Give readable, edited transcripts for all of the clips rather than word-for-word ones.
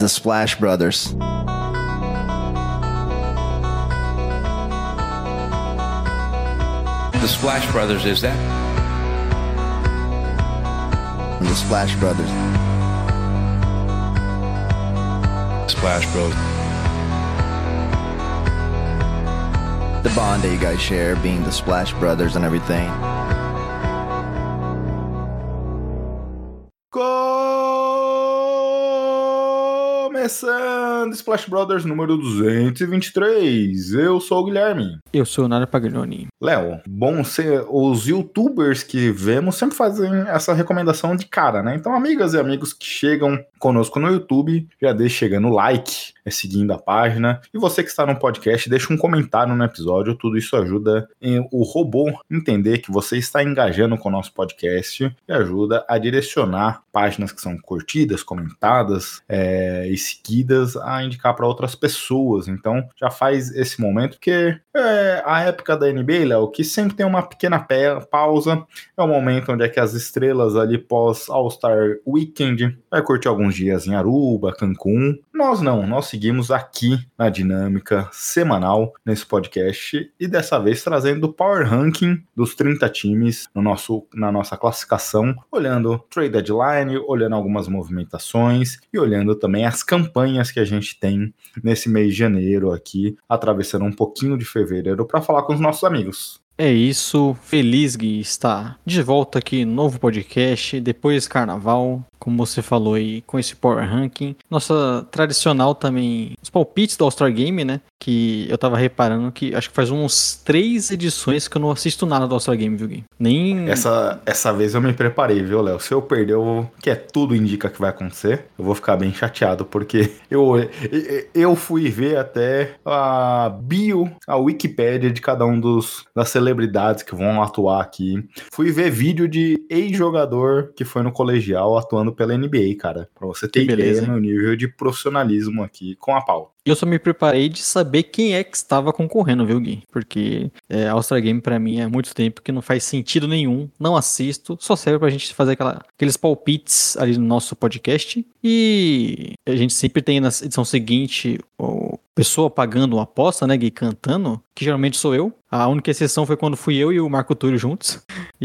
The Splash Brothers. The Splash Brothers, is that? The Splash Brothers. Splash Bros. The bond that you guys share, being the Splash Brothers and everything. Começando Splash Brothers número 223. Eu sou o Guilherme. Eu sou o Nara Paglioni. Léo, bom ser os youtubers que vemos sempre fazem essa recomendação de cara, né? Então, amigas e amigos que chegam conosco no YouTube, já deixe chegando o like, seguindo a página. E você que está no podcast, deixa um comentário no episódio. Tudo isso ajuda o robô entender que você está engajando com o nosso podcast e ajuda a direcionar páginas que são curtidas, comentadas e seguidas a indicar para outras pessoas. Então, já faz esse momento, porque a época da NBA, Léo, que sempre tem uma pequena pausa, é o momento onde é que as estrelas ali pós All-Star Weekend vai curtir alguns dias em Aruba, Cancún. Nós seguimos aqui na dinâmica semanal nesse podcast e dessa vez trazendo o Power Ranking dos 30 times na nossa classificação, olhando trade deadline, olhando algumas movimentações e olhando também as campanhas que a gente tem nesse mês de janeiro aqui, atravessando um pouquinho de fevereiro para falar com os nossos amigos. É isso, feliz Gui estar de volta aqui no novo podcast, depois do carnaval, como você falou aí, com esse Power Ranking. Nossa tradicional também, os palpites do All-Star Game, né? Que eu tava reparando que acho que faz uns 3 edições que eu não assisto nada do All-Star Game, viu, Gui? Nem... Essa vez eu me preparei, viu, Léo? Se eu perder, que tudo indica que vai acontecer, eu vou ficar bem chateado, porque eu fui ver até a bio, a Wikipédia de cada um das celebridades que vão atuar aqui. Fui ver vídeo de ex-jogador que foi no colegial atuando pela NBA, cara. Pra você ter ideia no nível de profissionalismo aqui com a pauta. Eu só me preparei de saber quem é que estava concorrendo, viu, Gui? Porque All-Star Game pra mim há muito tempo que não faz sentido nenhum, não assisto, só serve pra gente fazer aqueles palpites ali no nosso podcast. E a gente sempre tem na edição seguinte pessoa pagando uma aposta, né, Gui, cantando, que geralmente sou eu. A única exceção foi quando fui eu e o Marco Túlio juntos.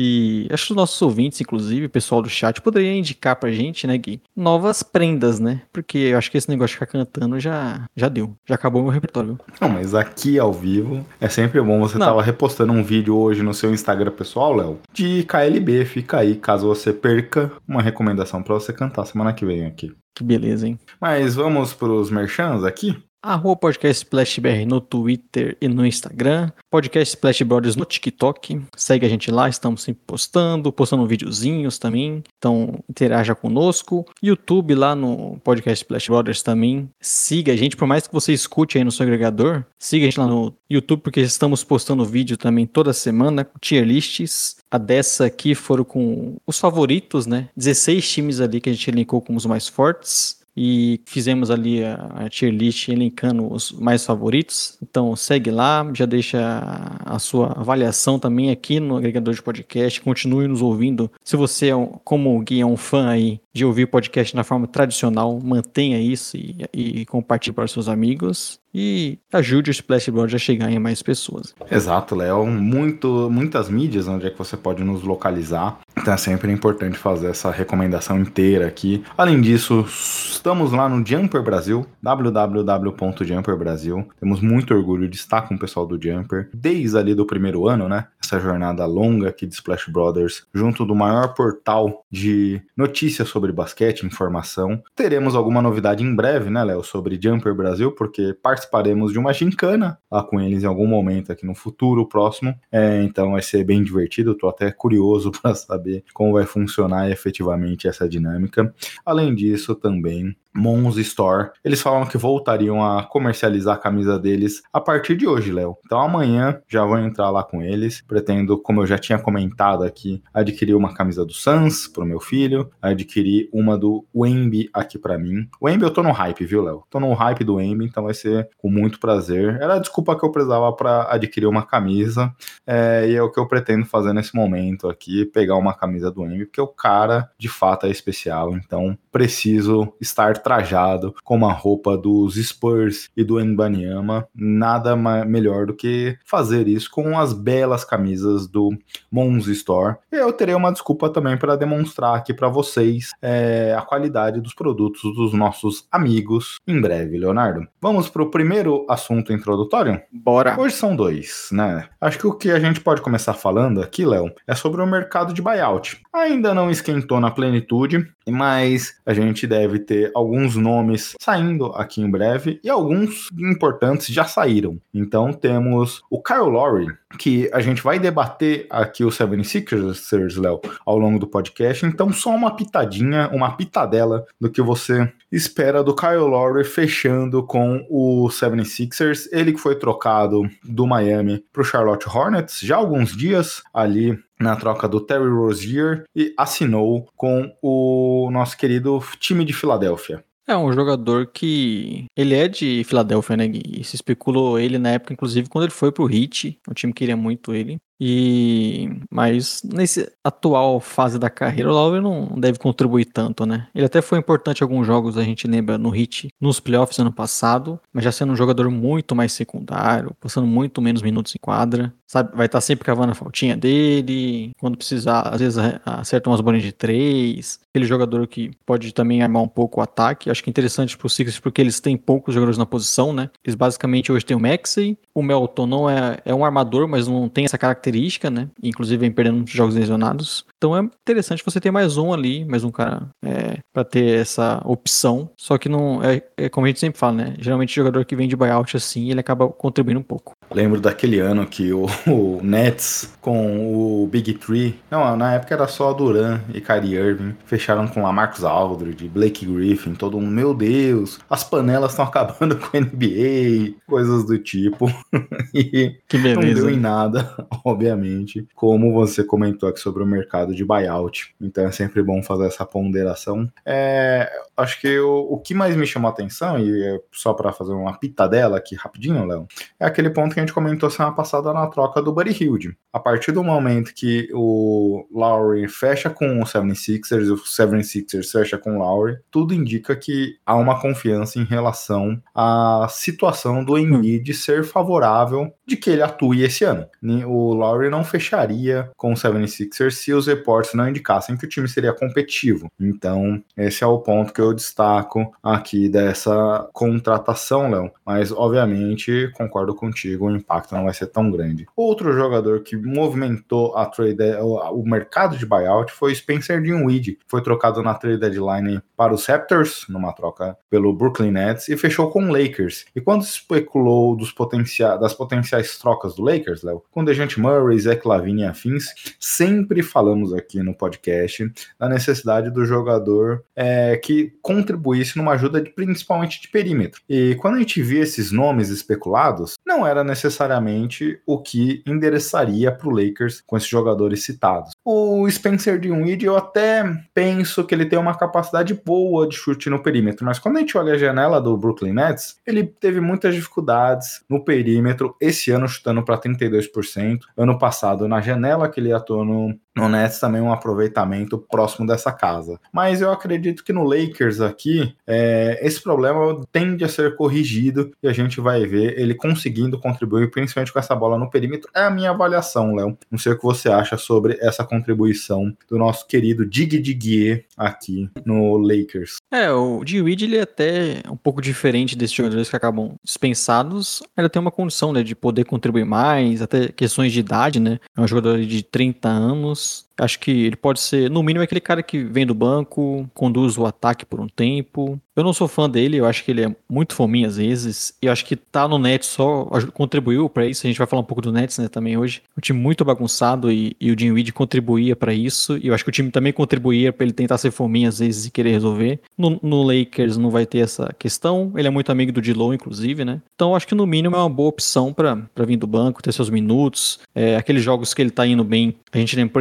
E acho que os nossos ouvintes, inclusive, o pessoal do chat, poderia indicar pra gente, né, Gui, novas prendas, né? Porque eu acho que esse negócio de ficar cantando já deu. Já acabou o meu repertório, viu? Não, mas aqui ao vivo é sempre bom. Você tava repostando um vídeo hoje no seu Instagram pessoal, Léo, de KLB. Fica aí, caso você perca, uma recomendação pra você cantar semana que vem aqui. Que beleza, hein? Mas vamos pros merchans aqui? @podcast SplashBR no Twitter e no Instagram. Podcast Splash Brothers no TikTok. Segue a gente lá, estamos sempre postando videozinhos também. Então interaja conosco. YouTube lá no Podcast Splash Brothers também. Siga a gente, por mais que você escute aí no seu agregador. Siga a gente lá no YouTube, porque estamos postando vídeo também toda semana com tier lists. A dessa aqui foram com os favoritos, né? 16 times ali que a gente elencou como os mais fortes. E fizemos ali a tier list elencando os mais favoritos. Então segue lá, já deixa a sua avaliação também aqui no agregador de podcast. Continue nos ouvindo. Se você, como o Gui, é um fã aí de ouvir podcast na forma tradicional, mantenha isso e compartilhe para os seus amigos. E ajude o Splash Brothers a chegar em mais pessoas. Exato, Léo. Muitas mídias onde é que você pode nos localizar. Então é sempre importante fazer essa recomendação inteira aqui. Além disso, estamos lá no Jumper Brasil, www.jumper Brasil. Temos muito orgulho de estar com o pessoal do Jumper, desde ali do primeiro ano, né? Essa jornada longa aqui de Splash Brothers, junto do maior portal de notícias sobre basquete, informação. Teremos alguma novidade em breve, né, Léo, sobre Jumper Brasil, porque participaremos de uma gincana lá com eles em algum momento aqui no futuro próximo. Então vai ser bem divertido. Tô até curioso para saber como vai funcionar efetivamente essa dinâmica. Além disso, também Mons Store, eles falaram que voltariam a comercializar a camisa deles a partir de hoje, Léo. Então amanhã já vou entrar lá com eles. Pretendo, como eu já tinha comentado aqui, adquirir uma camisa do Suns pro meu filho, adquirir uma do Wemby aqui pra mim. O Wemby eu tô no hype, viu, Léo? Tô no hype do Wemby, então vai ser com muito prazer. Era a desculpa que eu precisava pra adquirir uma camisa, e é o que eu pretendo fazer nesse momento aqui, pegar uma camisa do Wemby, porque o cara, de fato, é especial, então preciso estar trajado com uma roupa dos Spurs e do Wembanyama, nada melhor do que fazer isso com as belas camisas do Monz Store. E eu terei uma desculpa também para demonstrar aqui para vocês a qualidade dos produtos dos nossos amigos em breve, Leonardo. Vamos para o primeiro assunto introdutório? Bora! Hoje são dois, né? Acho que o que a gente pode começar falando aqui, Léo, é sobre o mercado de buyout. Ainda não esquentou na plenitude, mas a gente deve ter alguns nomes saindo aqui em breve e alguns importantes já saíram. Então temos o Kyle Lowry, que a gente vai debater aqui o 76ers, Léo, ao longo do podcast. Então só uma pitadinha, uma pitadela do que você espera do Kyle Lowry fechando com o 76ers. Ele que foi trocado do Miami para o Charlotte Hornets já há alguns dias ali na troca do Terry Rozier e assinou com o nosso querido time de Filadélfia. É um jogador que ele é de Filadélfia, né? E se especulou ele na época, inclusive, quando ele foi pro Heat. O time queria muito ele. Mas nessa atual fase da carreira, o Lowry não deve contribuir tanto, né? Ele até foi importante em alguns jogos, a gente lembra, no Heat, nos playoffs ano passado, mas já sendo um jogador muito mais secundário, passando muito menos minutos em quadra, sabe? Vai estar sempre cavando a faltinha dele, quando precisar, às vezes acerta umas bolinhas de 3. Aquele jogador que pode também armar um pouco o ataque. Acho que é interessante pro Sixers porque eles têm poucos jogadores na posição, né? Eles basicamente hoje têm o Maxey, o Melton não é um armador, mas não tem essa característica, né? Inclusive vem perdendo muitos jogos lesionados. Então é interessante você ter mais um ali, mais um cara pra ter essa opção. Só que não é como a gente sempre fala, né? Geralmente o jogador que vem de buyout assim, ele acaba contribuindo um pouco. Lembro daquele ano que o Nets com o Big Three, não, na época era só Durant e Kyrie Irving, fecharam com Lamarcus Aldridge, Blake Griffin, todo mundo, meu Deus, as panelas estão acabando com a NBA, coisas do tipo. E que beleza. Não deu em nada, obviamente, como você comentou aqui sobre o mercado de buyout. Então é sempre bom fazer essa ponderação. Acho que o que mais me chamou a atenção, e só para fazer uma pitadela aqui rapidinho, Léo, é aquele ponto que a gente comentou semana passada na troca do Buddy Hield. A partir do momento que o Lowry fecha com o 76ers e o 76ers fecha com o Lowry, tudo indica que há uma confiança em relação à situação do Embiid ser favorável de que ele atue esse ano. O Lowry não fecharia com o 76ers se os reportes não indicassem que o time seria competitivo. Então, esse é o ponto que eu destaco aqui dessa contratação, Léo. Mas, obviamente, concordo contigo, o impacto não vai ser tão grande. Outro jogador que movimentou o mercado de buyout foi Spencer Dinwiddie, que foi trocado na trade deadline para os Raptors, numa troca pelo Brooklyn Nets, e fechou com o Lakers. E quando se especulou das potenciais trocas do Lakers, Léo, com DeJounte Murray, Zach LaVine e afins, sempre falamos aqui no podcast da necessidade do jogador que contribuísse numa ajuda principalmente de perímetro. E quando a gente via esses nomes especulados, não era necessariamente o que endereçaria para o Lakers com esses jogadores citados. O Spencer Dinwiddie, eu até penso que ele tem uma capacidade boa de chute no perímetro, mas quando a gente olha a janela do Brooklyn Nets, ele teve muitas dificuldades no perímetro, esse ano chutando para 32%, ano passado na janela que ele atuou no Nets também um aproveitamento próximo dessa casa. Mas eu acredito que no Lakers aqui, esse problema tende a ser corrigido e a gente vai ver ele conseguindo contribuir, principalmente com essa bola no perímetro. É a minha avaliação, Léo. Não sei o que você acha sobre essa contribuição do nosso querido Dig Digue aqui no Lakers. O Dinwiddie, ele é até um pouco diferente desses jogadores que acabam dispensados. Ele tem uma condição, né, de poder contribuir mais, até questões de idade, né? É um jogador de 30 anos. Acho que ele pode ser, no mínimo, aquele cara que vem do banco, conduz o ataque por um tempo. Eu não sou fã dele, eu acho que ele é muito fominha às vezes. E eu acho que tá no Nets só contribuiu pra isso. A gente vai falar um pouco do Nets, né, também hoje. Um time muito bagunçado e o Dinwiddie contribuía pra isso. E eu acho que o time também contribuía pra ele tentar ser fominha às vezes e querer resolver. No Lakers não vai ter essa questão. Ele é muito amigo do D'Lo, inclusive, né? Então eu acho que no mínimo é uma boa opção pra vir do banco, ter seus minutos. Aqueles jogos que ele tá indo bem. A gente lembra, por exemplo, ano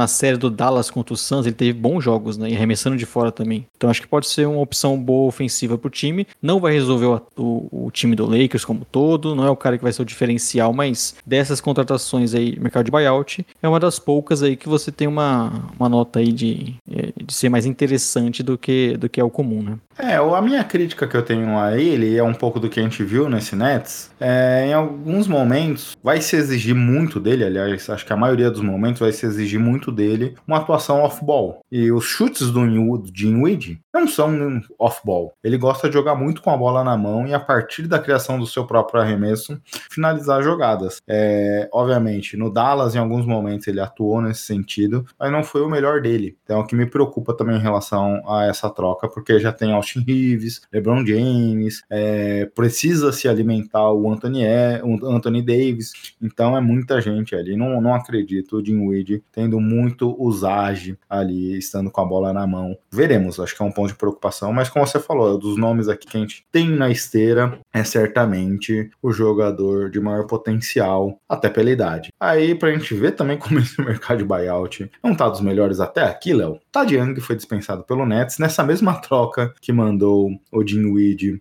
na série do Dallas contra o Suns, ele teve bons jogos, né? E arremessando de fora também. Então acho que pode ser uma opção boa ofensiva pro time. Não vai resolver o time do Lakers como todo, não é o cara que vai ser o diferencial, mas dessas contratações aí, mercado de buyout, é uma das poucas aí que você tem uma nota aí de ser mais interessante do que é o comum, né? A minha crítica que eu tenho a ele é um pouco do que a gente viu nesse Nets. Em alguns momentos vai se exigir muito dele, aliás, acho que a maioria dos momentos vai se exigir muito dele uma atuação off-ball. E os chutes do Dinwiddie não são off-ball. Ele gosta de jogar muito com a bola na mão e a partir da criação do seu próprio arremesso, finalizar jogadas. Obviamente, no Dallas, em alguns momentos ele atuou nesse sentido, mas não foi o melhor dele. Então, é o que me preocupa também em relação a essa troca, porque já tem Austin Reeves, LeBron James, precisa se alimentar o Anthony Davis, então é muita gente ali. Não acredito o Dinwiddie tendo muito usage ali, estando com a bola na mão. Veremos, acho que é um ponto de preocupação, mas como você falou, dos nomes aqui que a gente tem na esteira, é certamente o jogador de maior potencial, até pela idade. Aí, pra gente ver também como esse mercado de buyout não tá dos melhores até aqui, Léo. Thad Young foi dispensado pelo Nets nessa mesma troca que mandou o Dinwiddie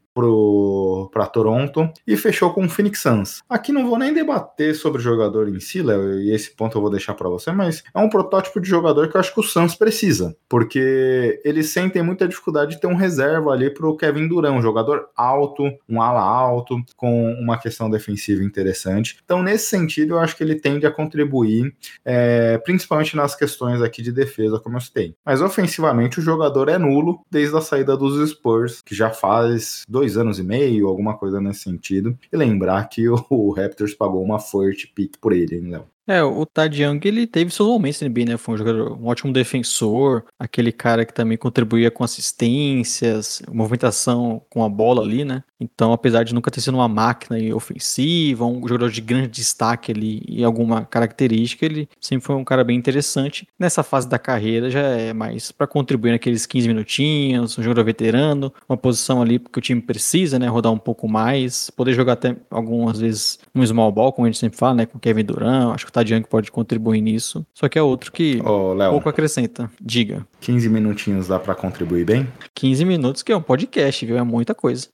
para Toronto e fechou com o Phoenix Suns. Aqui não vou nem debater sobre o jogador em si, Léo, e esse ponto eu vou deixar para você, mas é um protótipo de jogador que eu acho que o Suns precisa, porque eles sentem muita dificuldade de ter um reserva ali pro Kevin Durant, um jogador alto, um ala alto, com uma questão defensiva interessante. Então, nesse sentido, eu acho que ele tende a contribuir, principalmente nas questões aqui de defesa, como eu citei. Mas ofensivamente o jogador é nulo desde a saída dos Spurs, que já faz 2 anos e meio, alguma coisa nesse sentido. E lembrar que o Raptors pagou uma first pick por ele, hein, Léo? O Thad Young, ele teve seus momentos na NBA, né? Foi um jogador, um ótimo defensor, aquele cara que também contribuía com assistências, movimentação com a bola ali, né? Então, apesar de nunca ter sido uma máquina ofensiva, um jogador de grande destaque ali e alguma característica, ele sempre foi um cara bem interessante. Nessa fase da carreira já é mais para contribuir naqueles 15 minutinhos, um jogador veterano, uma posição ali que o time precisa, né? Rodar um pouco mais, poder jogar até algumas vezes um small ball, como a gente sempre fala, né? Com Kevin Durant, acho que o Thad Young pode contribuir nisso. Só que é outro que pouco acrescenta. Diga. 15 minutinhos dá pra contribuir bem? 15 minutos que é um podcast, viu? É muita coisa.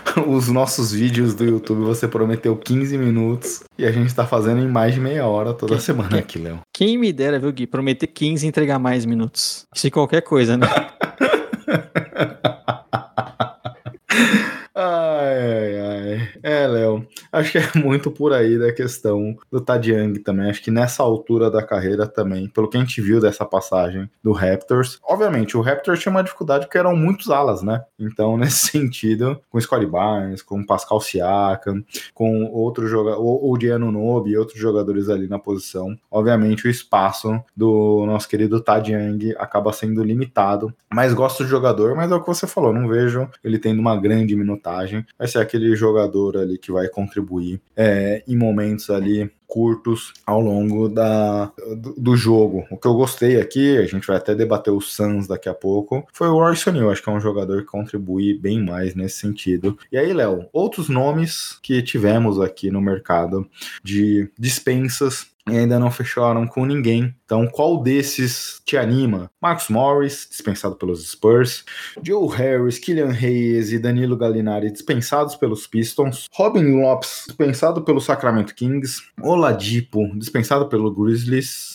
Os nossos vídeos do YouTube, você prometeu 15 minutos e a gente tá fazendo em mais de meia hora toda semana aqui, Léo. Quem me dera, viu, Gui? Prometer 15 e entregar mais minutos. Isso é qualquer coisa, né? Léo, acho que é muito por aí da questão do Thad Young também. Acho que nessa altura da carreira também, pelo que a gente viu dessa passagem do Raptors, obviamente o Raptors tinha uma dificuldade porque eram muitos alas, né? Então, nesse sentido, com Scottie Barnes, com Pascal Siakam, com outro jogador, o Giannis Nobe e outros jogadores ali na posição, obviamente o espaço do nosso querido Thad Young acaba sendo limitado. Mas gosto do jogador, mas é o que você falou, não vejo ele tendo uma grande minutagem. Vai ser aquele jogador ali que vai contribuir em momentos ali curtos ao longo do jogo. O que eu gostei aqui, a gente vai até debater o Suns daqui a pouco, foi o Royce O'Neal. Acho que é um jogador que contribui bem mais nesse sentido. E aí, Léo, outros nomes que tivemos aqui no mercado de dispensas e ainda não fecharam com ninguém. Então, qual desses te anima? Marcus Morris, dispensado pelos Spurs. Joe Harris, Killian Hayes e Danilo Gallinari, dispensados pelos Pistons. Robin Lopes, dispensado pelo Sacramento Kings. Oladipo, dispensado pelo Grizzlies.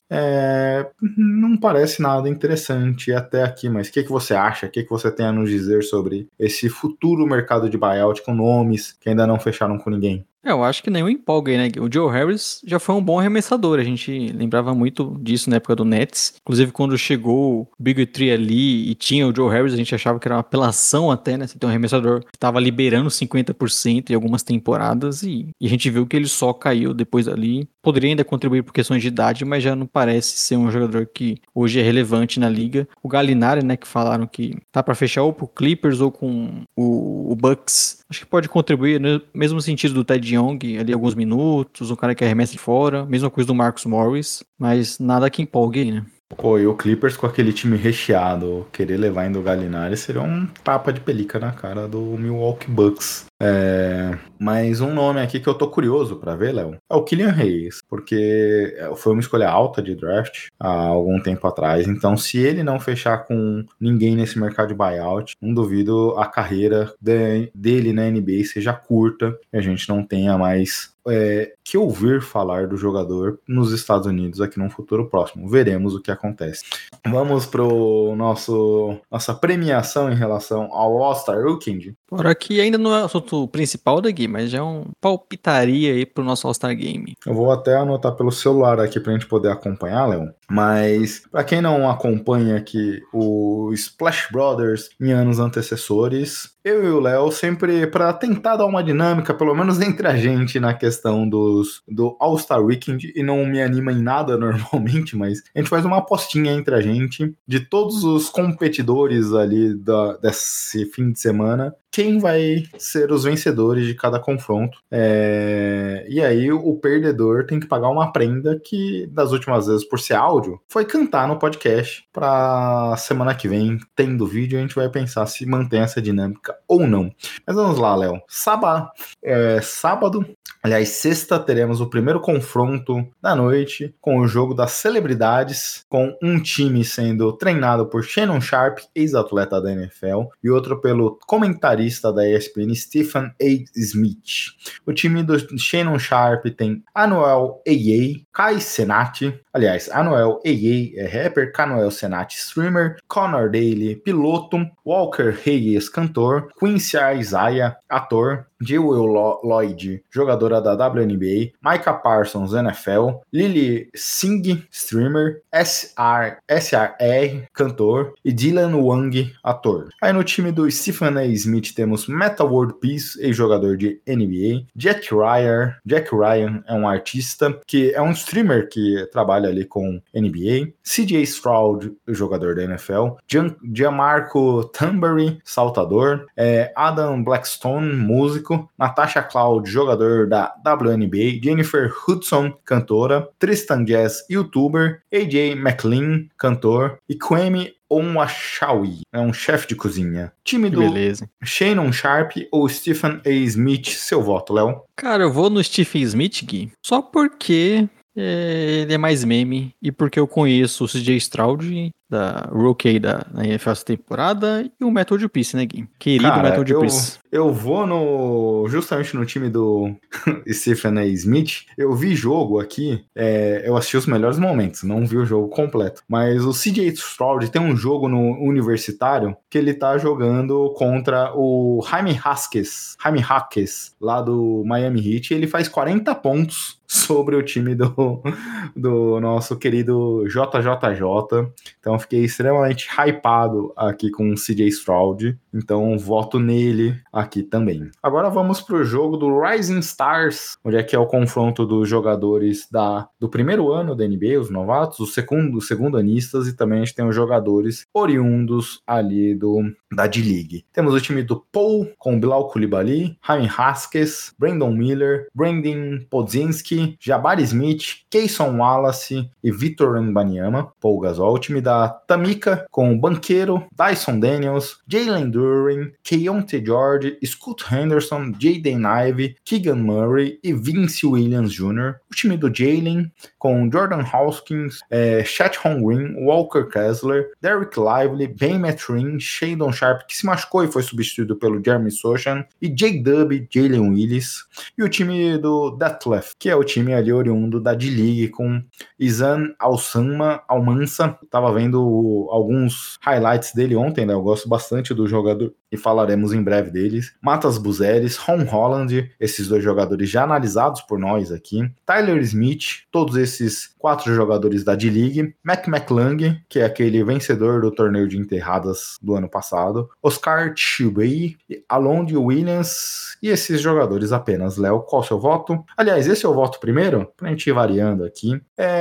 Não parece nada interessante até aqui, mas o que você acha? O que você tem a nos dizer sobre esse futuro mercado de buyout com nomes que ainda não fecharam com ninguém? Eu acho que nenhum empolga aí, né? O Joe Harris já foi um bom arremessador, a gente lembrava muito disso na época do Nets. Inclusive, quando chegou o Big Three ali e tinha o Joe Harris, a gente achava que era uma apelação até, né? Você tem um arremessador que estava liberando 50% em algumas temporadas e a gente viu que ele só caiu depois ali. Poderia ainda contribuir por questões de idade, mas já não parece ser um jogador que hoje é relevante na liga. O Gallinari, né, que falaram que tá para fechar ou pro Clippers ou com o Bucks. Acho que pode contribuir no mesmo sentido do Thad Young, ali alguns minutos, um cara que arremessa de fora, mesma coisa do Marcus Morris, mas nada que empolgue aí, né? Pô, e o Clippers com aquele time recheado, querer levar ainda o Gallinari seria um tapa de pelica na cara do Milwaukee Bucks. Mas um nome aqui que eu tô curioso pra ver, Léo, é o Kylian Hayes, porque foi uma escolha alta de draft há algum tempo atrás. Então, se ele não fechar com ninguém nesse mercado de buyout, não duvido a carreira dele na NBA seja curta e a gente não tenha mais que ouvir falar do jogador nos Estados Unidos aqui num futuro próximo. Veremos o que acontece. Vamos pro nossa premiação em relação ao All-Star Weekend. Por aqui ainda não é o assunto principal da Gui, mas já é um palpitaria aí pro nosso All-Star Game. Eu vou até anotar pelo celular aqui pra gente poder acompanhar, Léo. Mas, pra quem não acompanha aqui o Splash Brothers em anos antecessores, eu e o Léo sempre, pra tentar dar uma dinâmica, pelo menos entre a gente, na questão do All-Star Weekend, e não me anima em nada normalmente, mas a gente faz uma apostinha entre a gente de todos os competidores ali desse fim de semana, quem vai ser os vencedores de cada confronto. E aí o perdedor tem que pagar uma prenda que, das últimas vezes, por ser áudio, foi cantar no podcast. Pra semana que vem, tendo vídeo, a gente vai pensar se mantém essa dinâmica ou não. Mas vamos lá, Léo. Sábado, aliás, sexta, teremos o primeiro confronto da noite com o jogo das celebridades, com um time sendo treinado por Shannon Sharpe, ex-atleta da NFL, e outro pelo comentarista da ESPN, Stephen A. Smith. O time do Shannon Sharpe tem Anuel AA, Kai Cenat, aliás, Anuel AA é rapper, Kanuel Cenat streamer, Connor Daly piloto, Walker Hayes cantor, Quincy Isaiah ator, Jewel Lloyd, jogadora da WNBA, Micah Parsons, NFL, Lily Singh, streamer, SRR, cantor, e Dylan Wang, ator. Aí no time do Stephen A. Smith temos Meta World Peace, ex-jogador de NBA, Jack Ryan é um artista, que é um streamer que trabalha ali com NBA, CJ Stroud, jogador da NFL, Gianmarco Tamberi, saltador, Adam Blackstone, músico, Natasha Cloud, jogador da WNBA, Jennifer Hudson, cantora, Tristan Jazz, youtuber, AJ McLean, cantor, e Kwame Onwashawi, um chefe de cozinha. Time do Shannon Sharpe ou Stephen A. Smith, seu voto, Léo? Cara, eu vou no Stephen Smith, Gui, só porque ele é mais meme e porque eu conheço o CJ Stroud, da Rookie da NFL essa temporada, e o Method Peace, né, Gui? Querido Method Peace. Eu vou justamente no time do Stephen A. Smith. Eu vi jogo aqui, eu assisti os melhores momentos, não vi o jogo completo. Mas o CJ Stroud tem um jogo no universitário que ele tá jogando contra o Jaime Jaquez, lá do Miami Heat, e ele faz 40 pontos sobre o time do nosso querido JJJ. Então fiquei extremamente hypado aqui com o CJ Stroud. Então voto nele aqui também. Agora vamos pro jogo do Rising Stars, onde é que é o confronto dos jogadores do primeiro ano da NBA, os novatos, os segundanistas, e também a gente tem os jogadores oriundos ali da D-League. Temos o time do Paul, com Bilal Coulibaly, Jaime Jaquez, Brandon Miller, Brandon Podzinski, Jabari Smith, Kayson Wallace e Victor Wembanyama, Paul Gasol. O time da Tamika, com Banqueiro, Dyson Daniels, Jalen Duren, Keontae George, Scoot Henderson, Jaden Ivey, Keegan Murray e Vince Williams Jr. O time do Jalen, com Jordan Hawkins, Chet Holmgren, Walker Kessler, Derek Lively, Ben Mathurin, Shadon Sharpe, que se machucou e foi substituído pelo Jeremy Sochan, e J-Dub, Jalen Willis. E o time do Detlef, que é o time ali oriundo da D-League, com Izan Almansa. Tava vendo alguns highlights dele ontem, né? Eu gosto bastante do jogador e falaremos em breve deles. Matas Buzeres, Ron Holland, esses dois jogadores já analisados por nós aqui. Tyler Smith, todos esses 4 jogadores da D-League. Mac McClung, que é aquele vencedor do torneio de enterradas do ano passado. Oscar Chubey, Alonde Williams e esses jogadores apenas. Léo, qual o seu voto? Aliás, esse é o voto primeiro, pra gente ir variando aqui.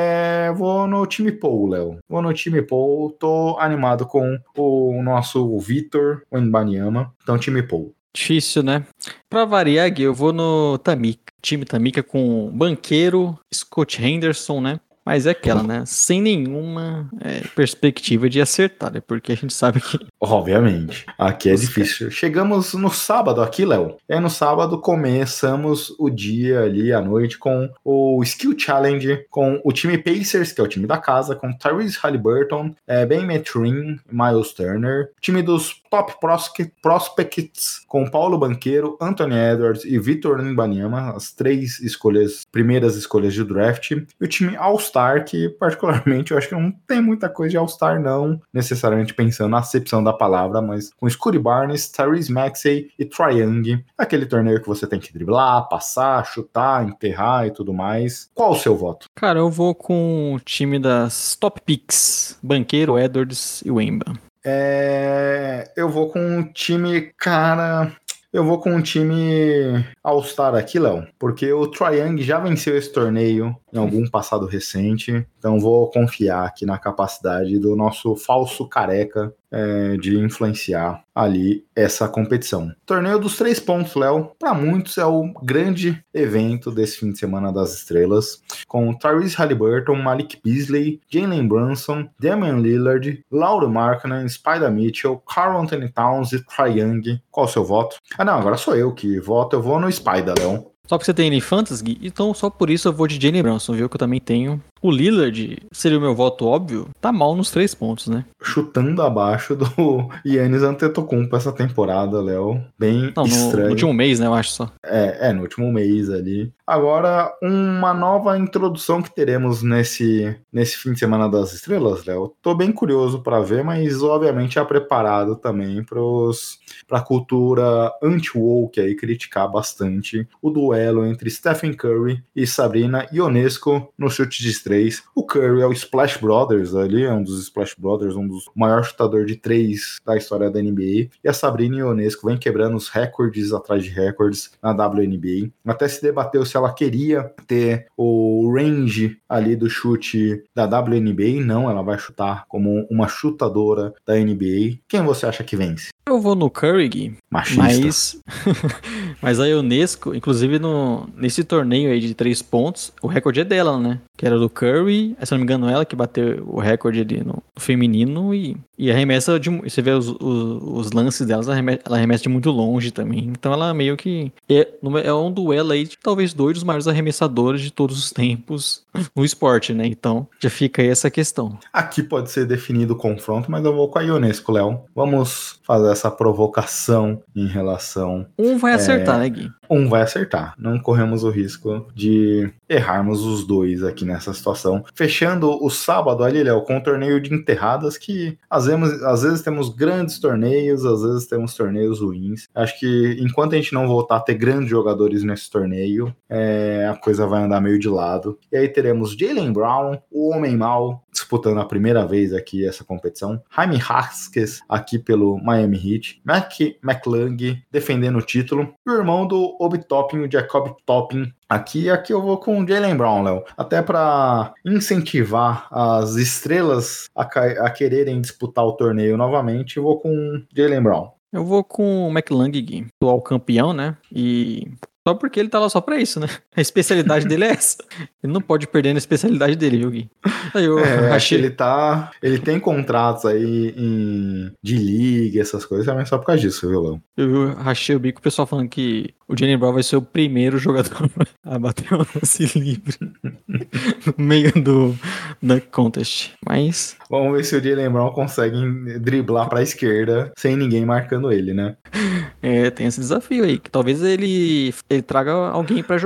Vou no time Paul, Léo. Vou no time Paul, tô animado com o nosso Victor Wembanyama, então time Paul. Difícil, né? Pra variar, Gui, eu vou no Tamika. Time Tamika com Banqueiro, Scott Henderson, né? Mas é aquela, né? Sem nenhuma perspectiva de acertar, né? Porque a gente sabe que... Obviamente. Aqui é difícil. Chegamos no sábado aqui, Léo. E aí no sábado começamos o dia ali, à noite, com o Skill Challenge, com o time Pacers, que é o time da casa, com Tyrese Haliburton, Ben Mathurin, Miles Turner. Time dos Top Prospects, com Paulo Banchero, Anthony Edwards e Victor Wembanyama, as primeiras escolhas de draft. E o time All-Star, que particularmente eu acho que não tem muita coisa de All-Star, não necessariamente pensando na acepção da palavra, mas com Scottie Barnes, Tyrese Maxey e Trae Young, aquele torneio que você tem que driblar, passar, chutar, enterrar e tudo mais. Qual o seu voto? Cara, eu vou com o time das Top Picks, Banchero, Edwards e Wemba. Eu vou com um time, cara... Eu vou com um time All-Star aqui, Léo, porque o Trae Young já venceu esse torneio em algum passado recente, então vou confiar aqui na capacidade do nosso falso careca de influenciar ali essa competição. Torneio dos 3 pontos, Léo, para muitos é o grande evento desse fim de semana das estrelas, com Tyrese Haliburton, Malik Beasley, Jalen Brunson, Damian Lillard, Lauri Markkanen, Spider Mitchell, Karl Anthony Towns e Trae Young. Qual o seu voto? Ah, não, agora sou eu que voto, eu vou no Spider, Léo. Só porque você tem ele em Fantasy, Gui, então só por isso eu vou de Jalen Brunson, viu? Que eu também tenho. O Lillard, seria o meu voto óbvio, tá mal nos 3 pontos, né? Chutando abaixo do Giannis Antetokounmpo essa temporada, Léo. Bem estranho. No último mês, né, eu acho só. No último mês ali. Agora, uma nova introdução que teremos nesse fim de semana das estrelas, Léo. Tô bem curioso para ver, mas obviamente já preparado também pra cultura anti-woke aí criticar bastante o duelo entre Stephen Curry e Sabrina Ionesco no chute de 3. O Curry é o Splash Brothers ali, é um dos Splash Brothers, um dos maiores chutadores de 3 da história da NBA. E a Sabrina Ionesco vem quebrando os recordes atrás de recordes na WNBA. Até se debateu se ela queria ter o range ali do chute da WNBA. Não, ela vai chutar como uma chutadora da NBA. Quem você acha que vence? Eu vou no Curry, Gui, machista. Mas a Ionesco, inclusive nesse torneio aí de 3 pontos, o recorde é dela, né? Que era do Curry, se não me engano ela que bateu o recorde ali no feminino e arremessa você vê os lances delas, ela arremessa de muito longe também. Então ela meio que é um duelo aí de talvez 2 dos maiores arremessadores de todos os tempos no esporte, né? Então já fica aí essa questão. Aqui pode ser definido o confronto, mas eu vou com a Ionesco, Léo. Vamos fazer essa provocação em relação... Um vai acertar, né, Gui? Um vai acertar. Não corremos o risco de errarmos os 2 aqui nessa situação. Fechando o sábado ali, Léo, com um torneio de enterradas que às vezes temos grandes torneios, às vezes temos torneios ruins. Acho que enquanto a gente não voltar a ter grandes jogadores nesse torneio, a coisa vai andar meio de lado. E aí teremos Jaylen Brown, o homem mau, disputando a primeira vez aqui essa competição. Jaime Jaquez aqui pelo Miami Heat. McClung defendendo o título. E o irmão do Obi Toppin, o Jacob Toppin. Aqui eu vou com o Jaylen Brown, Léo. Até para incentivar as estrelas a quererem disputar o torneio novamente, eu vou com o Jaylen Brown. Eu vou com o McClung, Gui, atual campeão, né? E só porque ele tá lá só pra isso, né? A especialidade dele é essa. Ele não pode perder na especialidade dele, viu, Gui? Aí eu achei... Ele tem contratos aí de liga, essas coisas, mas só por causa disso, viu, Léo? Eu rachei o bico, o pessoal falando que o Jaylen Brown vai ser o primeiro jogador a bater um lance livre no meio do Dunk Contest. Mas... vamos ver se o Jaylen Brown consegue driblar pra esquerda sem ninguém marcando ele, né? Tem esse desafio aí, que talvez ele traga alguém pra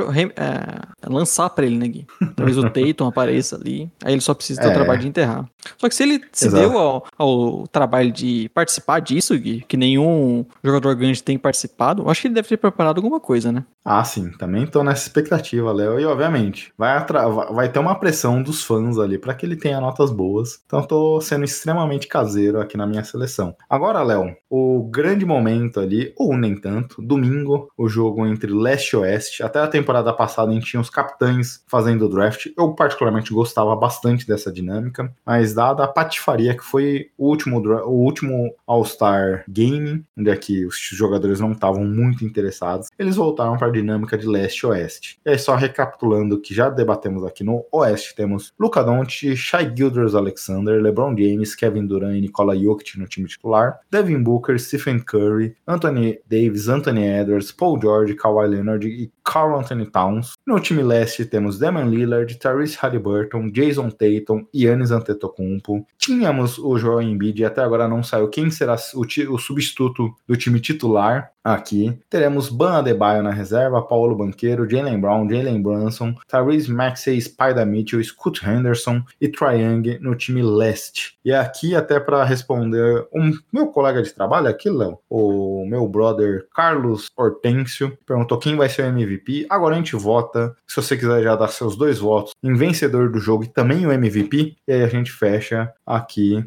lançar pra ele, né, Gui? Talvez o Tatum apareça ali, aí ele só precisa ter o trabalho de enterrar. Só que se ele se deu ao trabalho de participar disso, Gui, que nenhum jogador grande tem participado, eu acho que ele deve ter preparado alguma coisa, né? Ah, sim, também tô nessa expectativa, Léo, e obviamente vai ter uma pressão dos fãs ali pra que ele tenha notas boas, então tô sendo extremamente caseiro aqui na minha seleção. Agora, Léo, o grande momento ali, ou nem tanto, domingo, o jogo entre leste e oeste. Até a temporada passada a gente tinha os capitães fazendo o draft. Eu particularmente gostava bastante dessa dinâmica, mas dada a patifaria que foi o último All-Star Game, onde é que os jogadores não estavam muito interessados, eles voltaram para a dinâmica de leste-oeste. E aí, só recapitulando o que já debatemos aqui no oeste, temos Luka Doncic, Shai Gilgeous-Alexander, LeBron James, Kevin Durant e Nikola Jokic no time titular, Devin Booker, Stephen Curry, Anthony Davis, Anthony Edwards, Paul George, Kawhi Leonard e Karl Anthony Towns. No time leste temos Damian Lillard, Tyrese Haliburton, Jason Tatum e Giannis Antetokounmpo. Tínhamos o Joel Embiid e até agora não saiu quem será o substituto do time titular. Aqui teremos Bam Adebayo na reserva, Paulo Banchero, Jaylen Brown, Jalen Brunson, Tyrese Maxey, Spider Mitchell, Scoot Henderson e Trae Young no time leste. E aqui, até para responder meu colega de trabalho aqui, Léo, o meu brother Carlos Hortêncio, perguntou quem vai ser o MVP. Agora a gente vota, se você quiser já dar seus 2 votos em vencedor do jogo e também o MVP, e aí a gente fecha aqui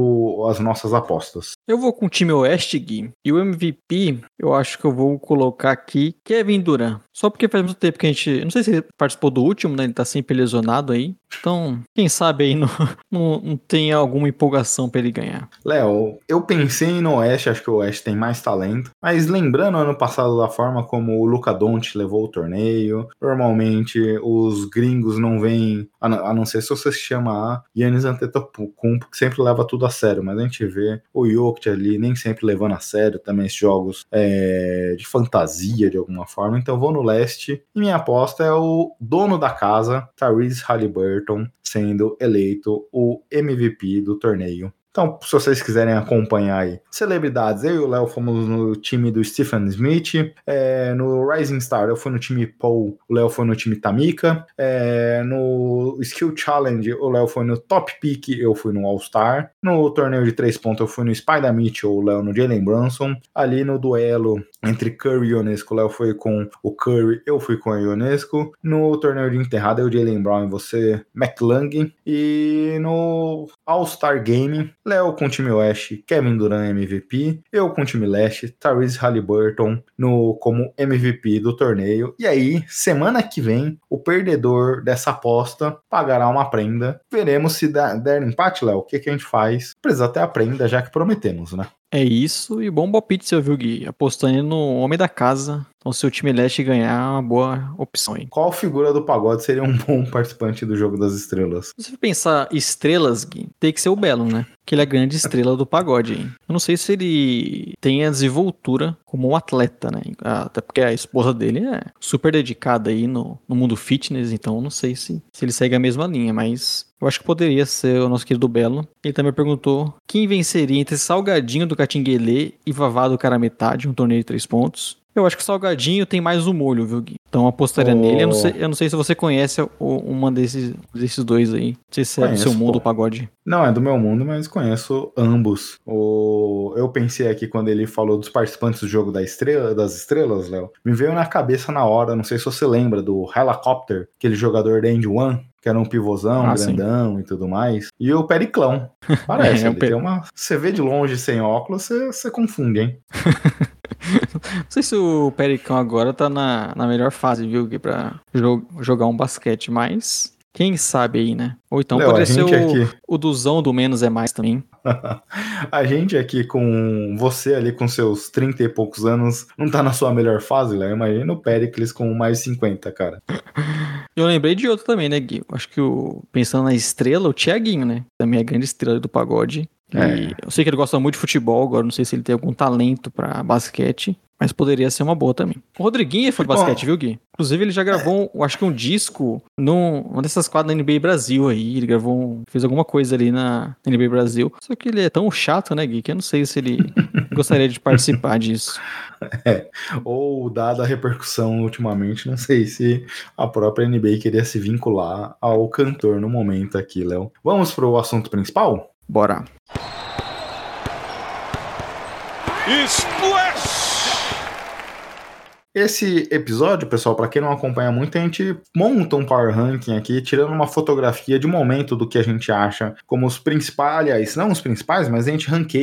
as nossas apostas. Eu vou com o time oeste, Gui, e o MVP, eu acho que eu vou colocar aqui Kevin Durant. Só porque faz muito tempo que a gente... Não sei se ele participou do último, né? Ele tá sempre lesionado aí. Então, quem sabe aí não tem alguma empolgação pra ele ganhar. Léo, eu pensei no Oeste, acho que o Oeste tem mais talento. Mas lembrando ano passado da forma como o Luka Doncic levou o torneio, normalmente os gringos não vêm, a não ser se você se chama Giannis Antetokounmpo, que sempre leva tudo a sério. Mas a gente vê o Jokic ali nem sempre levando a sério também esses jogos de fantasia de alguma forma. Então eu vou no leste e minha aposta é o dono da casa, Tyrese Haliburton, sendo eleito o MVP do torneio. Então, se vocês quiserem acompanhar aí, celebridades, eu e o Léo fomos no time do Stephen Smith, no Rising Star eu fui no time Paul, o Léo foi no time Tamika, no Skill Challenge o Léo foi no Top Pick, eu fui no All-Star, no torneio de 3 pontos eu fui no Spider Mitchell, o Léo no Jalen Brunson, ali no duelo entre Curry e Ionesco, o Léo foi com o Curry, eu fui com o Ionesco, no torneio de enterrada eu, Jaylen Brown e você, McLung, e no All-Star Game, Léo com o time Oeste, Kevin Durant MVP, eu com o time Leste, Tyrese Haliburton como MVP do torneio. E aí, semana que vem, o perdedor dessa aposta pagará uma prenda. Veremos se der empate, Léo, o que a gente faz. Precisa até a prenda, já que prometemos, né? É isso, e bom palpite, seu viu, Gui? Apostando no homem da casa. Então, se o time leste ganhar, é uma boa opção aí. Qual figura do pagode seria um bom participante do Jogo das Estrelas? Se você pensar estrelas, Gui, tem que ser o Belo, né? Que ele é a grande estrela do pagode, hein? Eu não sei se ele tem a desenvoltura como um atleta, né? Até porque a esposa dele é super dedicada aí no mundo fitness, então eu não sei se ele segue a mesma linha, mas eu acho que poderia ser o nosso querido Belo. Ele também perguntou quem venceria entre Salgadinho do Catinguelê e Vavá do Carametade, um torneio de 3 pontos. Eu acho que o Salgadinho tem mais o molho, viu, Gui? Então eu apostaria nele. Eu não sei se você conhece uma desses dois aí. Não sei se é do seu mundo, o pagode. Não, é do meu mundo, mas conheço ambos. Eu pensei aqui quando ele falou dos participantes do Jogo das Estrelas, Léo. Me veio na cabeça na hora, não sei se você lembra, do Helicopter, aquele jogador da End One, que era um pivôzão, grandão e tudo mais. E o Periclão. Parece, ele tem uma... Você vê de longe sem óculos, você confunde, hein? Não sei se o Pericão agora tá na melhor fase, viu, Gui, pra jogar um basquete, mas quem sabe aí, né? Ou então Léo, poderia ser o Duzão do Menos é Mais também. A gente aqui com você ali com seus 30 e poucos anos não tá na sua melhor fase, Léo. Imagina o Pericles com mais 50, cara. Eu lembrei de outro também, né, Gui? Acho que pensando na estrela, o Thiaguinho, né? Também é a grande estrela do pagode. Eu sei que ele gosta muito de futebol, agora não sei se ele tem algum talento pra basquete, mas poderia ser uma boa também. O Rodriguinho foi de basquete, viu, Gui? Inclusive ele já gravou, acho que um disco numa dessas quadras da NBA Brasil aí, ele fez alguma coisa ali na NBA Brasil, só que ele é tão chato, né, Gui, que eu não sei se ele gostaria de participar disso. Ou dada a repercussão ultimamente, não sei se a própria NBA queria se vincular ao cantor no momento aqui, Léo. Vamos pro assunto principal? Bora. Splash! Esse episódio, pessoal, para quem não acompanha muito, a gente monta um power ranking aqui, tirando uma fotografia de momento do que a gente acha como os principais, aliás, não os principais, mas a gente ranqueia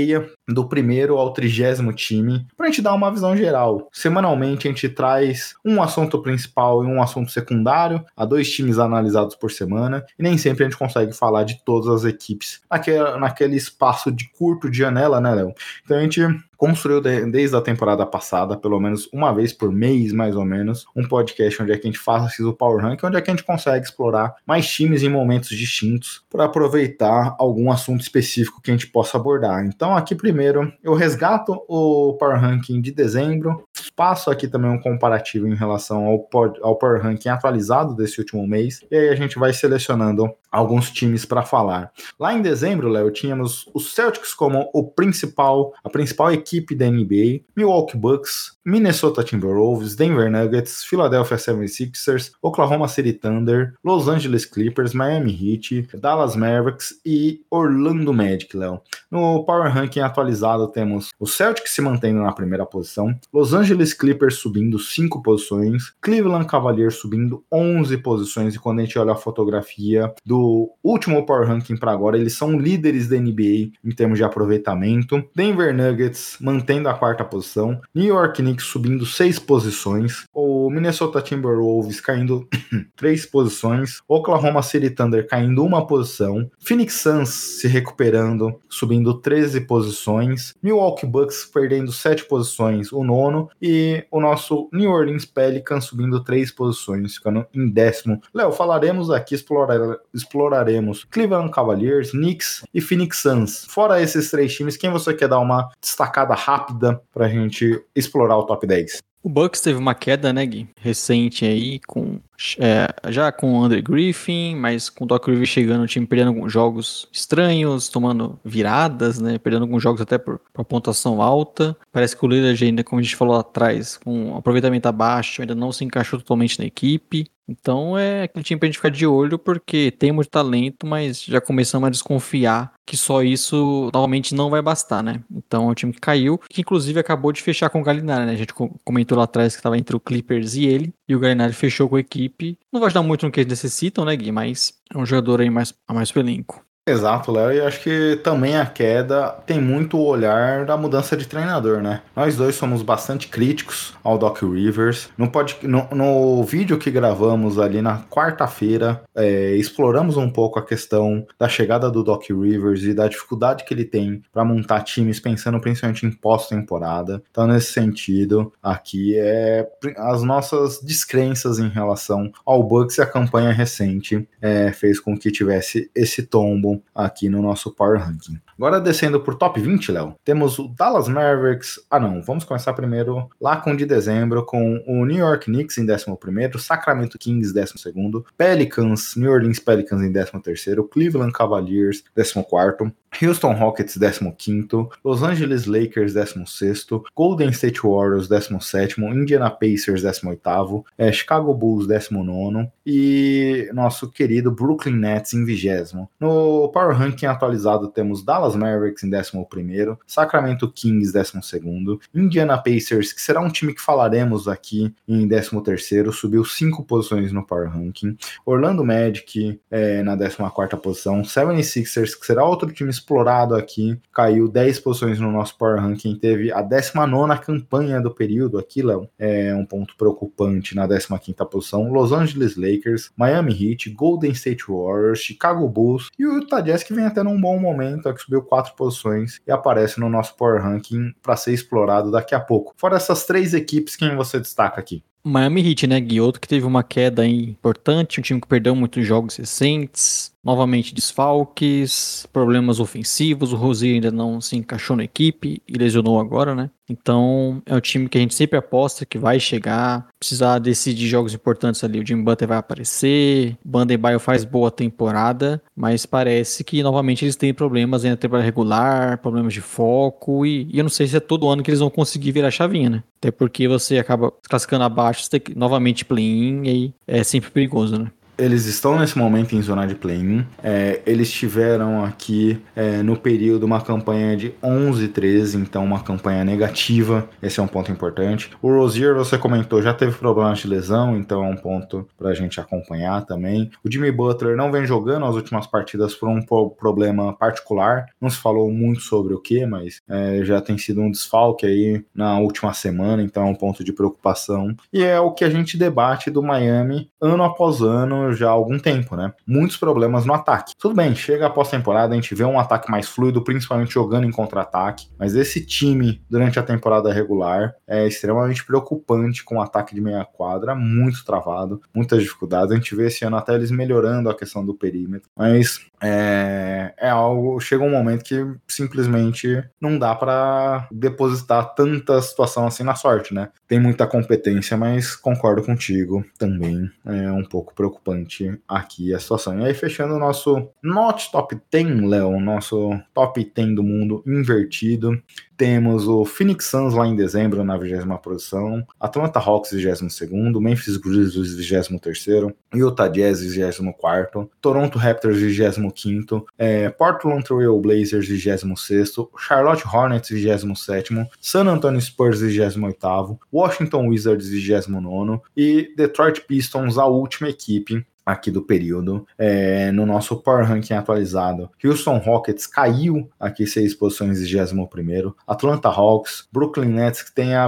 do primeiro ao 30º time, para a gente dar uma visão geral. Semanalmente a gente traz um assunto principal e um assunto secundário, a 2 times analisados por semana, e nem sempre a gente consegue falar de todas as equipes naquele espaço de curto de janela, né, Léo? Então a gente construiu desde a temporada passada, pelo menos uma vez por mês, mais ou menos, um podcast onde é que a gente faz o Power Rank, onde é que a gente consegue explorar mais times em momentos distintos para aproveitar algum assunto específico que a gente possa abordar. Então aqui primeiro eu resgato o Power Ranking de dezembro, passo aqui também um comparativo em relação ao Power Ranking atualizado desse último mês, e aí a gente vai selecionando alguns times para falar. Lá em dezembro, Léo, tínhamos os Celtics como a principal equipe da NBA, Milwaukee Bucks, Minnesota Timberwolves, Denver Nuggets, Philadelphia 76ers, Oklahoma City Thunder, Los Angeles Clippers, Miami Heat, Dallas Mavericks e Orlando Magic, Léo. No Power Ranking atualizado temos o Celtics se mantendo na primeira posição, Los Angeles Clippers subindo 5 posições, Cleveland Cavaliers subindo 11 posições, e quando a gente olha a fotografia do último Power Ranking para agora, eles são líderes da NBA em termos de aproveitamento. Denver Nuggets mantendo a 4ª posição, New York Knicks subindo 6 posições, o Minnesota Timberwolves caindo 3 posições, Oklahoma City Thunder caindo 1 posição, Phoenix Suns se recuperando, subindo 13 posições, Milwaukee Bucks perdendo 7 posições, o 9º, e o nosso New Orleans Pelicans subindo 3 posições, ficando em 10º. Léo, falaremos aqui, exploraremos Cleveland Cavaliers, Knicks e Phoenix Suns. Fora esses 3 times, quem você quer dar uma destacada rápida pra gente explorar o top 10? O Bucks teve uma queda, né, Gui? Recente aí, já com o Andre Griffin, mas com o Doc Rivers chegando, o time perdendo alguns jogos estranhos, tomando viradas, né? Perdendo alguns jogos até por pontuação alta. Parece que o Lillard ainda, como a gente falou lá atrás, com aproveitamento abaixo, ainda não se encaixou totalmente na equipe. Então é aquele time pra gente ficar de olho, porque tem muito talento, mas já começamos a desconfiar que só isso novamente não vai bastar, né? Então é um time que caiu, que inclusive acabou de fechar com o Gallinari, né? A gente comentou lá atrás que estava entre o Clippers e ele, e o Gallinari fechou com a equipe. Não vai ajudar muito no que eles necessitam, né, Gui? Mas é um jogador aí a mais pro elenco. Exato, Léo, e acho que também a queda tem muito o olhar da mudança de treinador, né? Nós dois somos bastante críticos ao Doc Rivers. No vídeo que gravamos ali na quarta-feira, exploramos um pouco a questão da chegada do Doc Rivers e da dificuldade que ele tem para montar times pensando principalmente em pós-temporada. Então, nesse sentido, aqui as nossas descrenças em relação ao Bucks e a campanha recente fez com que tivesse esse tombo aqui no nosso Power Ranking. Agora descendo por top 20, Léo, temos o Dallas Mavericks, vamos começar primeiro lá com o de dezembro, com o New York Knicks em 11º, Sacramento Kings 12º, Pelicans, New Orleans Pelicans em 13º, Cleveland Cavaliers 14º, Houston Rockets 15º, Los Angeles Lakers 16º, Golden State Warriors 17º, Indiana Pacers 18º, Chicago Bulls 19º e nosso querido Brooklyn Nets em 20º. No Power Ranking atualizado temos Dallas Mavericks em 11º, Sacramento Kings 12º, Indiana Pacers, que será um time que falaremos aqui, em 13º, subiu 5 posições no Power Ranking, Orlando Magic na 14ª posição, 76ers, que será outro time explorado aqui, caiu 10 posições no nosso Power Ranking, teve a 19ª campanha do período aqui, Léo, um ponto preocupante na 15ª posição, Los Angeles Lakers, Miami Heat, Golden State Warriors, Chicago Bulls e o Utah Jazz, que vem até num bom momento, que subiu 4 posições e aparece no nosso Power Ranking para ser explorado daqui a pouco. Fora essas 3 equipes, quem você destaca aqui? Miami Heat, né, Gui? Outro que teve uma queda aí importante, um time que perdeu muitos jogos recentes, novamente desfalques, problemas ofensivos, o Rozier ainda não se encaixou na equipe e lesionou agora, né? Então é um time que a gente sempre aposta que vai chegar, precisar decidir jogos importantes ali, o Jimmy Butler vai aparecer, Bam Adebayo faz boa temporada, mas parece que novamente eles têm problemas na temporada regular, problemas de foco e eu não sei se é todo ano que eles vão conseguir virar a chavinha, né? Até porque você acaba classificando abaixo, você tem que novamente play-in e aí é sempre perigoso, né? eles estão nesse momento em zona de play-in. Eles tiveram aqui no período uma campanha de 11-13, então uma campanha negativa. Esse é um ponto importante. O Rozier, você comentou, já teve problemas de lesão, então é um ponto pra gente acompanhar também. O Jimmy Butler não vem jogando as últimas partidas por um problema particular. Não se falou muito sobre o que, mas já tem sido um desfalque aí na última semana, então é um ponto de preocupação. E é o que a gente debate do Miami ano após ano já há algum tempo, né? Muitos problemas no ataque. Tudo bem, chega a pós-temporada, a gente vê um ataque mais fluido, principalmente jogando em contra-ataque, mas esse time, durante a temporada regular, é extremamente preocupante com o ataque de meia quadra, muito travado, muitas dificuldades. A gente vê esse ano até eles melhorando a questão do perímetro, mas é algo, chega um momento que simplesmente não dá para depositar tanta situação assim na sorte, né? Tem muita competência, mas concordo contigo, também é um pouco preocupante aqui a situação. E aí, fechando o nosso Not Top 10, Léo, nosso Top 10 do mundo invertido, temos o Phoenix Suns lá em dezembro na 20ª posição, Atlanta Hawks 22º, Memphis Grizzlies 23º, Utah Jazz 24º, Toronto Raptors 25º, Portland Trail Blazers 26º, Charlotte Hornets 27º, San Antonio Spurs 28º, Washington Wizards 29º e Detroit Pistons, a última equipe aqui do período, no nosso Power Ranking atualizado. Houston Rockets caiu aqui 6 posições, 21º. Atlanta Hawks, Brooklyn Nets, que tem a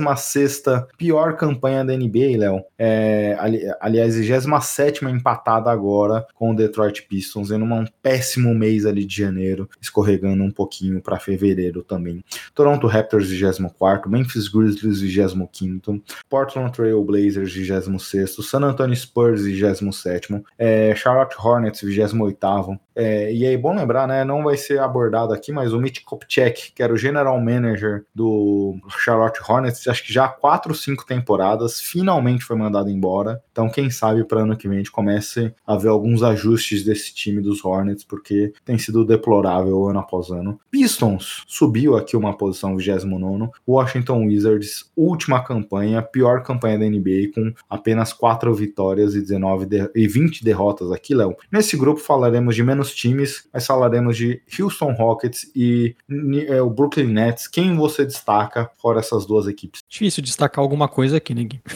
26ª pior campanha da NBA, Léo. Aliás, 27ª empatada agora com o Detroit Pistons, em um péssimo mês ali de janeiro, escorregando um pouquinho para fevereiro também. Toronto Raptors, 24º. Memphis Grizzlies, 25º. Portland Trail Blazers, 26º. San Antonio Spurs, 27º. Charlotte Hornets, 28º. E aí, bom lembrar, né? Não vai ser abordado aqui, mas o Mitch Kupchak, que era o general manager do Charlotte Hornets, acho que já há 4 ou 5 temporadas, finalmente foi mandado embora. Então, quem sabe para ano que vem a gente comece a ver alguns ajustes desse time dos Hornets, porque tem sido deplorável ano após ano. Pistons subiu aqui uma posição, 29º. Washington Wizards, última campanha, pior campanha da NBA, com apenas 4 vitórias e 20 derrotas aqui, Léo. Nesse grupo falaremos de menos times, mas falaremos de Houston Rockets e o Brooklyn Nets. Quem você destaca fora essas duas equipes? Difícil destacar alguma coisa aqui, né, Gui?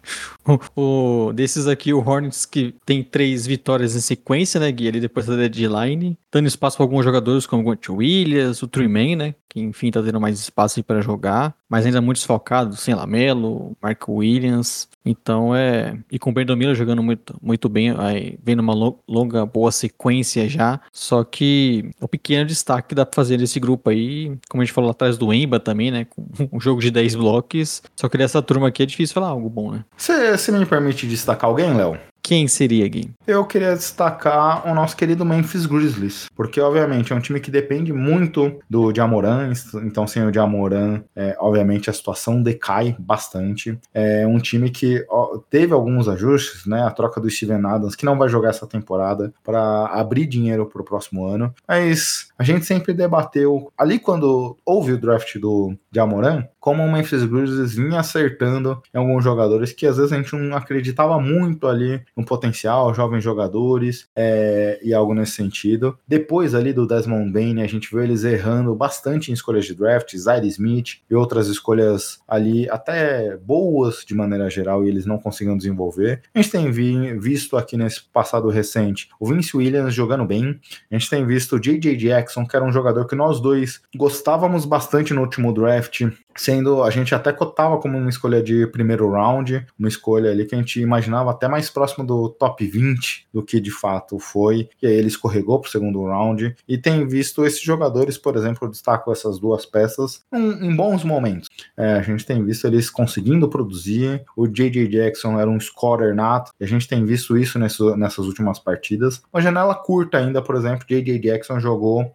Desses aqui, o Hornets, que tem 3 vitórias em sequência, né, Gui, ali depois da deadline, dando espaço para alguns jogadores como o Grant Williams, o Truman, né, que enfim tá tendo mais espaço aí para jogar, mas ainda muito desfalcado, sem Lamelo, Mark Williams, então e com o Brandon Miller jogando muito, muito bem, aí vem numa longa, boa sequência já, só que o pequeno destaque que dá pra fazer nesse grupo aí, como a gente falou lá atrás do Emba também, né, com um jogo de 10 blocos, só que dessa turma aqui é difícil falar algo bom, né. Você me permite destacar alguém, Léo? Quem seria, Gui? Eu queria destacar o nosso querido Memphis Grizzlies, porque obviamente é um time que depende muito do Ja Morant, então sem o Ja Morant, obviamente a situação decai bastante. É um time que teve alguns ajustes, né, a troca do Steven Adams, que não vai jogar essa temporada, para abrir dinheiro para o próximo ano, mas a gente sempre debateu, ali quando houve o draft do Ja Morant, como o Memphis Grizzlies vinha acertando em alguns jogadores que às vezes a gente não acreditava muito ali no potencial, jovens jogadores, e algo nesse sentido. Depois ali do Desmond Bane, a gente viu eles errando bastante em escolhas de draft, Zaire Smith e outras escolhas ali até boas de maneira geral, e eles não conseguiam desenvolver. A gente tem visto aqui nesse passado recente o Vince Williams jogando bem, a gente tem visto o J.J. Jackson, que era um jogador que nós dois gostávamos bastante no último draft, sendo, a gente até cotava como uma escolha de primeiro round, uma escolha ali que a gente imaginava até mais próximo do top 20 do que de fato foi, e aí ele escorregou pro segundo round, e tem visto esses jogadores, por exemplo, eu destaco essas duas peças em bons momentos. A gente tem visto eles conseguindo produzir, o J.J. Jackson era um scorer nato, e a gente tem visto isso nessas últimas partidas. Uma janela curta ainda, por exemplo, J.J. Jackson jogou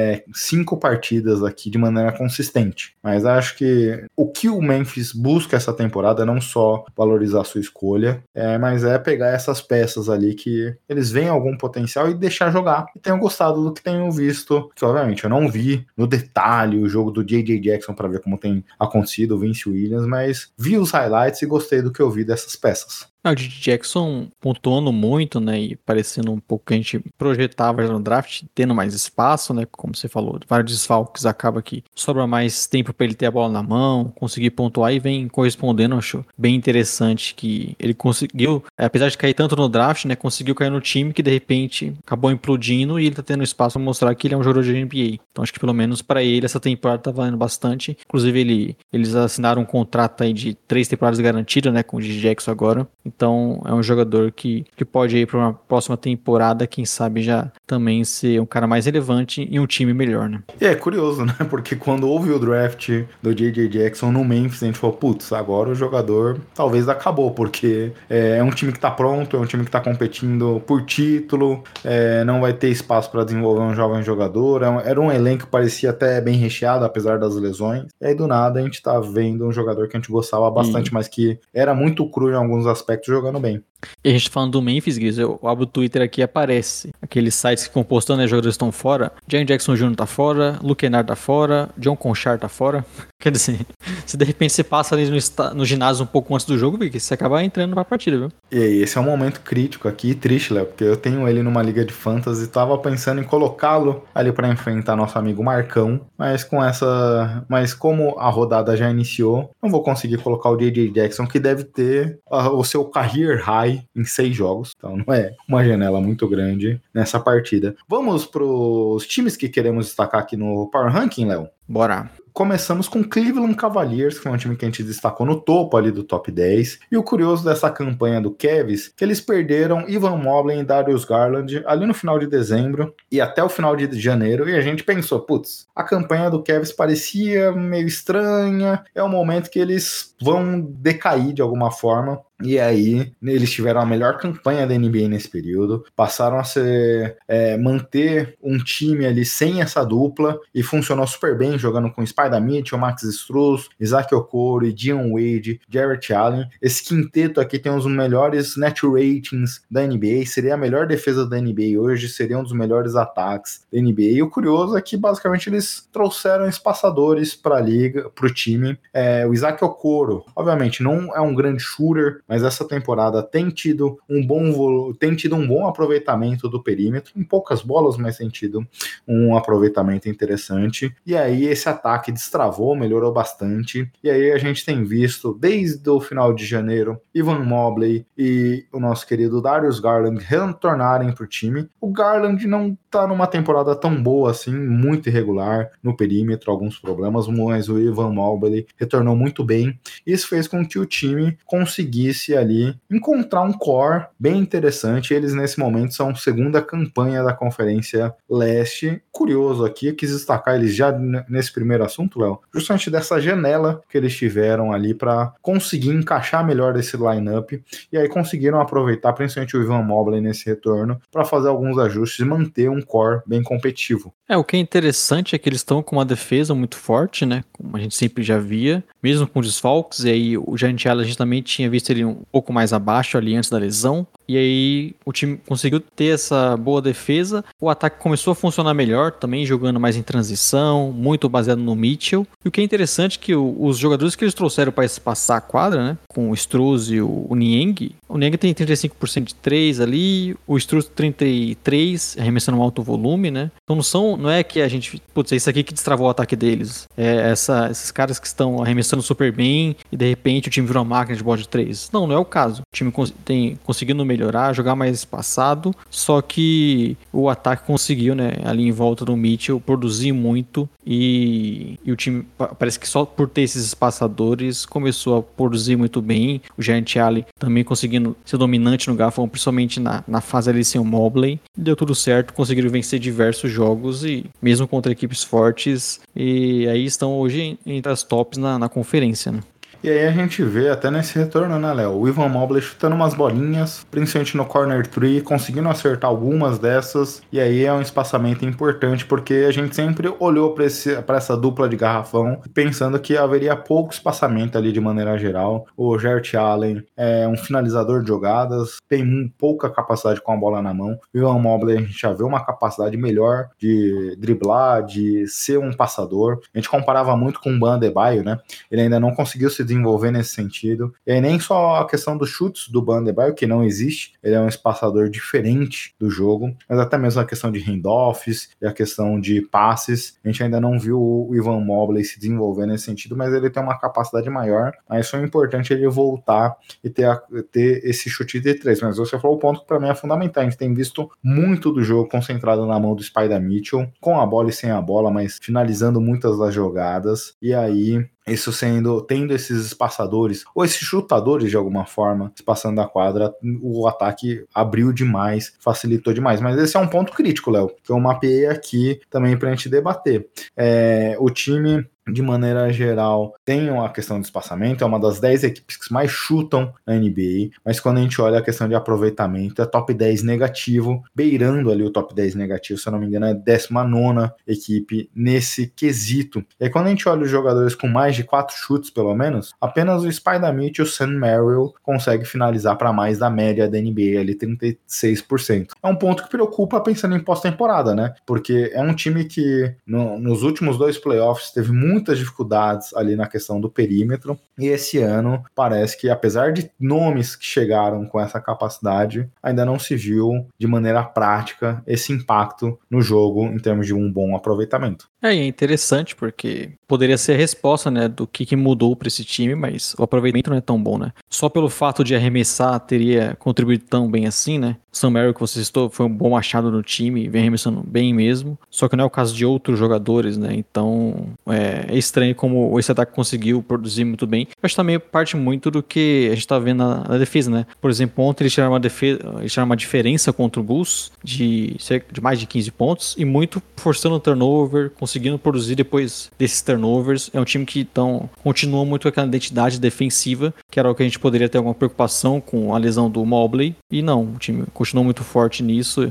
5 partidas aqui de maneira consistente, mas acho que o que o Memphis busca essa temporada é não só valorizar a sua escolha, mas pegar essas peças ali que eles veem algum potencial e deixar jogar. E tenho gostado do que tenho visto, que obviamente eu não vi no detalhe o jogo do J.J. Jackson para ver como tem acontecido o Vince Williams, mas vi os highlights e gostei do que eu vi dessas peças. O Didi Jackson pontuando muito, né, e parecendo um pouco que a gente projetava já no draft, tendo mais espaço, né, como você falou, vários desfalques, acaba que sobra mais tempo para ele ter a bola na mão, conseguir pontuar e vem correspondendo, acho bem interessante que ele conseguiu, apesar de cair tanto no draft, né, conseguiu cair no time que de repente acabou implodindo e ele tá tendo espaço para mostrar que ele é um jogador de NBA. Então acho que pelo menos para ele essa temporada tá valendo bastante. Inclusive eles assinaram um contrato aí de 3 temporadas garantidas, né, com o Didi Jackson agora. Então é um jogador que pode ir para uma próxima temporada, quem sabe já também ser um cara mais relevante e um time melhor, né? E é curioso, né? Porque quando houve o draft do J.J. Jackson no Memphis, a gente falou, putz, agora o jogador talvez acabou, porque é um time que tá pronto, é um time que tá competindo por título, não vai ter espaço para desenvolver um jovem jogador, era um elenco que parecia até bem recheado, apesar das lesões, e aí do nada a gente tá vendo um jogador que a gente gostava bastante, mas que era muito cru em alguns aspectos, jogando bem. E a gente falando do Memphis, Guiz, eu abro o Twitter aqui e aparece aqueles sites que ficam postando, né, jogadores estão fora, Jaren Jackson Jr. tá fora, Luke Kennard tá fora, John Conchar tá fora. Quer dizer, se de repente você passa ali no ginásio um pouco antes do jogo, você acaba entrando pra partida, viu? E esse é um momento crítico aqui, triste, Léo, porque eu tenho ele numa liga de fantasy e tava pensando em colocá-lo ali para enfrentar nosso amigo Marcão, mas como a rodada já iniciou, não vou conseguir colocar o J.J. Jackson, que deve ter o seu career high em 6 jogos, então não é uma janela muito grande nessa partida. Vamos pros times que queremos destacar aqui no Power Ranking, Léo? Bora. Começamos com Cleveland Cavaliers, que foi um time que a gente destacou no topo ali do top 10. E o curioso dessa campanha do Cavs, que eles perderam Evan Mobley e Darius Garland ali no final de dezembro e até o final de janeiro. E a gente pensou, putz, a campanha do Cavs parecia meio estranha, é um momento que eles vão decair de alguma forma. E aí, eles tiveram a melhor campanha da NBA nesse período, passaram a manter um time ali sem essa dupla e funcionou super bem, jogando com Spider Mitchell, Max Strus, Isaac Okoro, Dion Wade, Jarrett Allen. Esse quinteto aqui tem um dos melhores net ratings da NBA, seria a melhor defesa da NBA hoje, seria um dos melhores ataques da NBA. E o curioso é que basicamente eles trouxeram espaçadores para a liga, para o time. O Isaac Okoro, obviamente, não é um grande shooter, mas essa temporada tem tido um bom aproveitamento do perímetro, em poucas bolas, mas tem tido um aproveitamento interessante. E aí esse ataque destravou, melhorou bastante. E aí a gente tem visto, desde o final de janeiro, Evan Mobley e o nosso querido Darius Garland retornarem para o time. O Garland não tá numa temporada tão boa assim, muito irregular no perímetro, alguns problemas, mas o Evan Mobley retornou muito bem. Isso fez com que o time conseguisse ali encontrar um core bem interessante. Eles nesse momento são segunda campanha da Conferência Leste. Curioso aqui, eu quis destacar eles já nesse primeiro assunto, Léo, justamente dessa janela que eles tiveram ali para conseguir encaixar melhor esse lineup, e aí conseguiram aproveitar principalmente o Evan Mobley nesse retorno para fazer alguns ajustes e manter um core bem competitivo. O que é interessante é que eles estão com uma defesa muito forte, né? Como a gente sempre já via, mesmo com desfalques. E aí o Jarrett Allen a gente também tinha visto ele um pouco mais abaixo ali antes da lesão. E aí o time conseguiu ter essa boa defesa. O ataque começou a funcionar melhor, também jogando mais em transição, muito baseado no Mitchell. E o que é interessante é que os jogadores que eles trouxeram para espaçar a quadra, né? Com o Strus e o Niang. O Niang tem 35% de 3 ali, o Strus 33%, arremessando um alto volume, né? Então não é que a gente, putz, é isso aqui que destravou o ataque deles. Esses caras que estão arremessando super bem e de repente o time virou uma máquina de bola de 3. Não é o caso. O time conseguindo melhorar, jogar mais espaçado, só que o ataque conseguiu, né, ali em volta do Mitchell, produzir muito e o time, parece que só por ter esses espaçadores, começou a produzir muito bem. O Jarrett Allen também conseguindo ser dominante no garrafão, principalmente na fase ali sem o Mobley. Deu tudo certo, conseguiram vencer diversos jogos e mesmo contra equipes fortes, e aí estão hoje entre as tops na conferência, né? E aí a gente vê até nesse retorno, né, Léo? O Evan Mobley chutando umas bolinhas, principalmente no corner 3, conseguindo acertar algumas dessas. E aí é um espaçamento importante, porque a gente sempre olhou para essa dupla de garrafão, pensando que haveria pouco espaçamento ali de maneira geral. O Jarrett Allen é um finalizador de jogadas, tem pouca capacidade com a bola na mão. O Evan Mobley, a gente já vê uma capacidade melhor de driblar, de ser um passador. A gente comparava muito com o Bam Adebayo, né? Ele ainda não conseguiu se desenvolver nesse sentido. E aí nem só a questão dos chutes do Bam Adebayo, que não existe, ele é um espaçador diferente do jogo, mas até mesmo a questão de handoffs e a questão de passes. A gente ainda não viu o Evan Mobley se desenvolver nesse sentido, mas ele tem uma capacidade maior. Mas foi importante ele voltar e ter esse chute de 3. Mas você falou o ponto que para mim é fundamental. A gente tem visto muito do jogo concentrado na mão do Spider Mitchell, com a bola e sem a bola, mas finalizando muitas das jogadas. E aí, isso tendo esses espaçadores, ou esses chutadores de alguma forma, passando da quadra, o ataque abriu demais, facilitou demais. Mas esse é um ponto crítico, Léo, que eu mapeei aqui também pra gente debater. O time, de maneira geral, tem uma questão de espaçamento, é uma das 10 equipes que mais chutam na NBA, mas quando a gente olha a questão de aproveitamento, é top 10 negativo, beirando ali o top 10 negativo, se eu não me engano, é a 19ª equipe nesse quesito. E aí, quando a gente olha os jogadores com mais de 4 chutes, pelo menos, apenas o Spider Mitchell e o Sam Merrill consegue finalizar para mais da média da NBA, ali 36%. É um ponto que preocupa pensando em pós-temporada, né? Porque é um time que nos últimos 2 playoffs teve muitas dificuldades ali na questão do perímetro, e esse ano parece que, apesar de nomes que chegaram com essa capacidade, ainda não se viu de maneira prática esse impacto no jogo em termos de um bom aproveitamento. E é interessante porque poderia ser a resposta, né, do que mudou para esse time, mas o aproveitamento não é tão bom, né? Só pelo fato de arremessar teria contribuído tão bem assim, né? Sam Merrill, que você citou, foi um bom achado no time, vem arremessando bem mesmo, só que não é o caso de outros jogadores, né? Então é estranho como esse ataque conseguiu produzir muito bem. Acho que também parte muito do que a gente tá vendo na defesa, né? Por exemplo, ontem eles tiraram uma diferença contra o Bulls de mais de 15 pontos e muito forçando o turnover, conseguindo produzir depois desses turnovers. É um time que então continua muito com aquela identidade defensiva, que era o que a gente poderia ter alguma preocupação com a lesão do Mobley, e não, o time continuou muito forte nisso,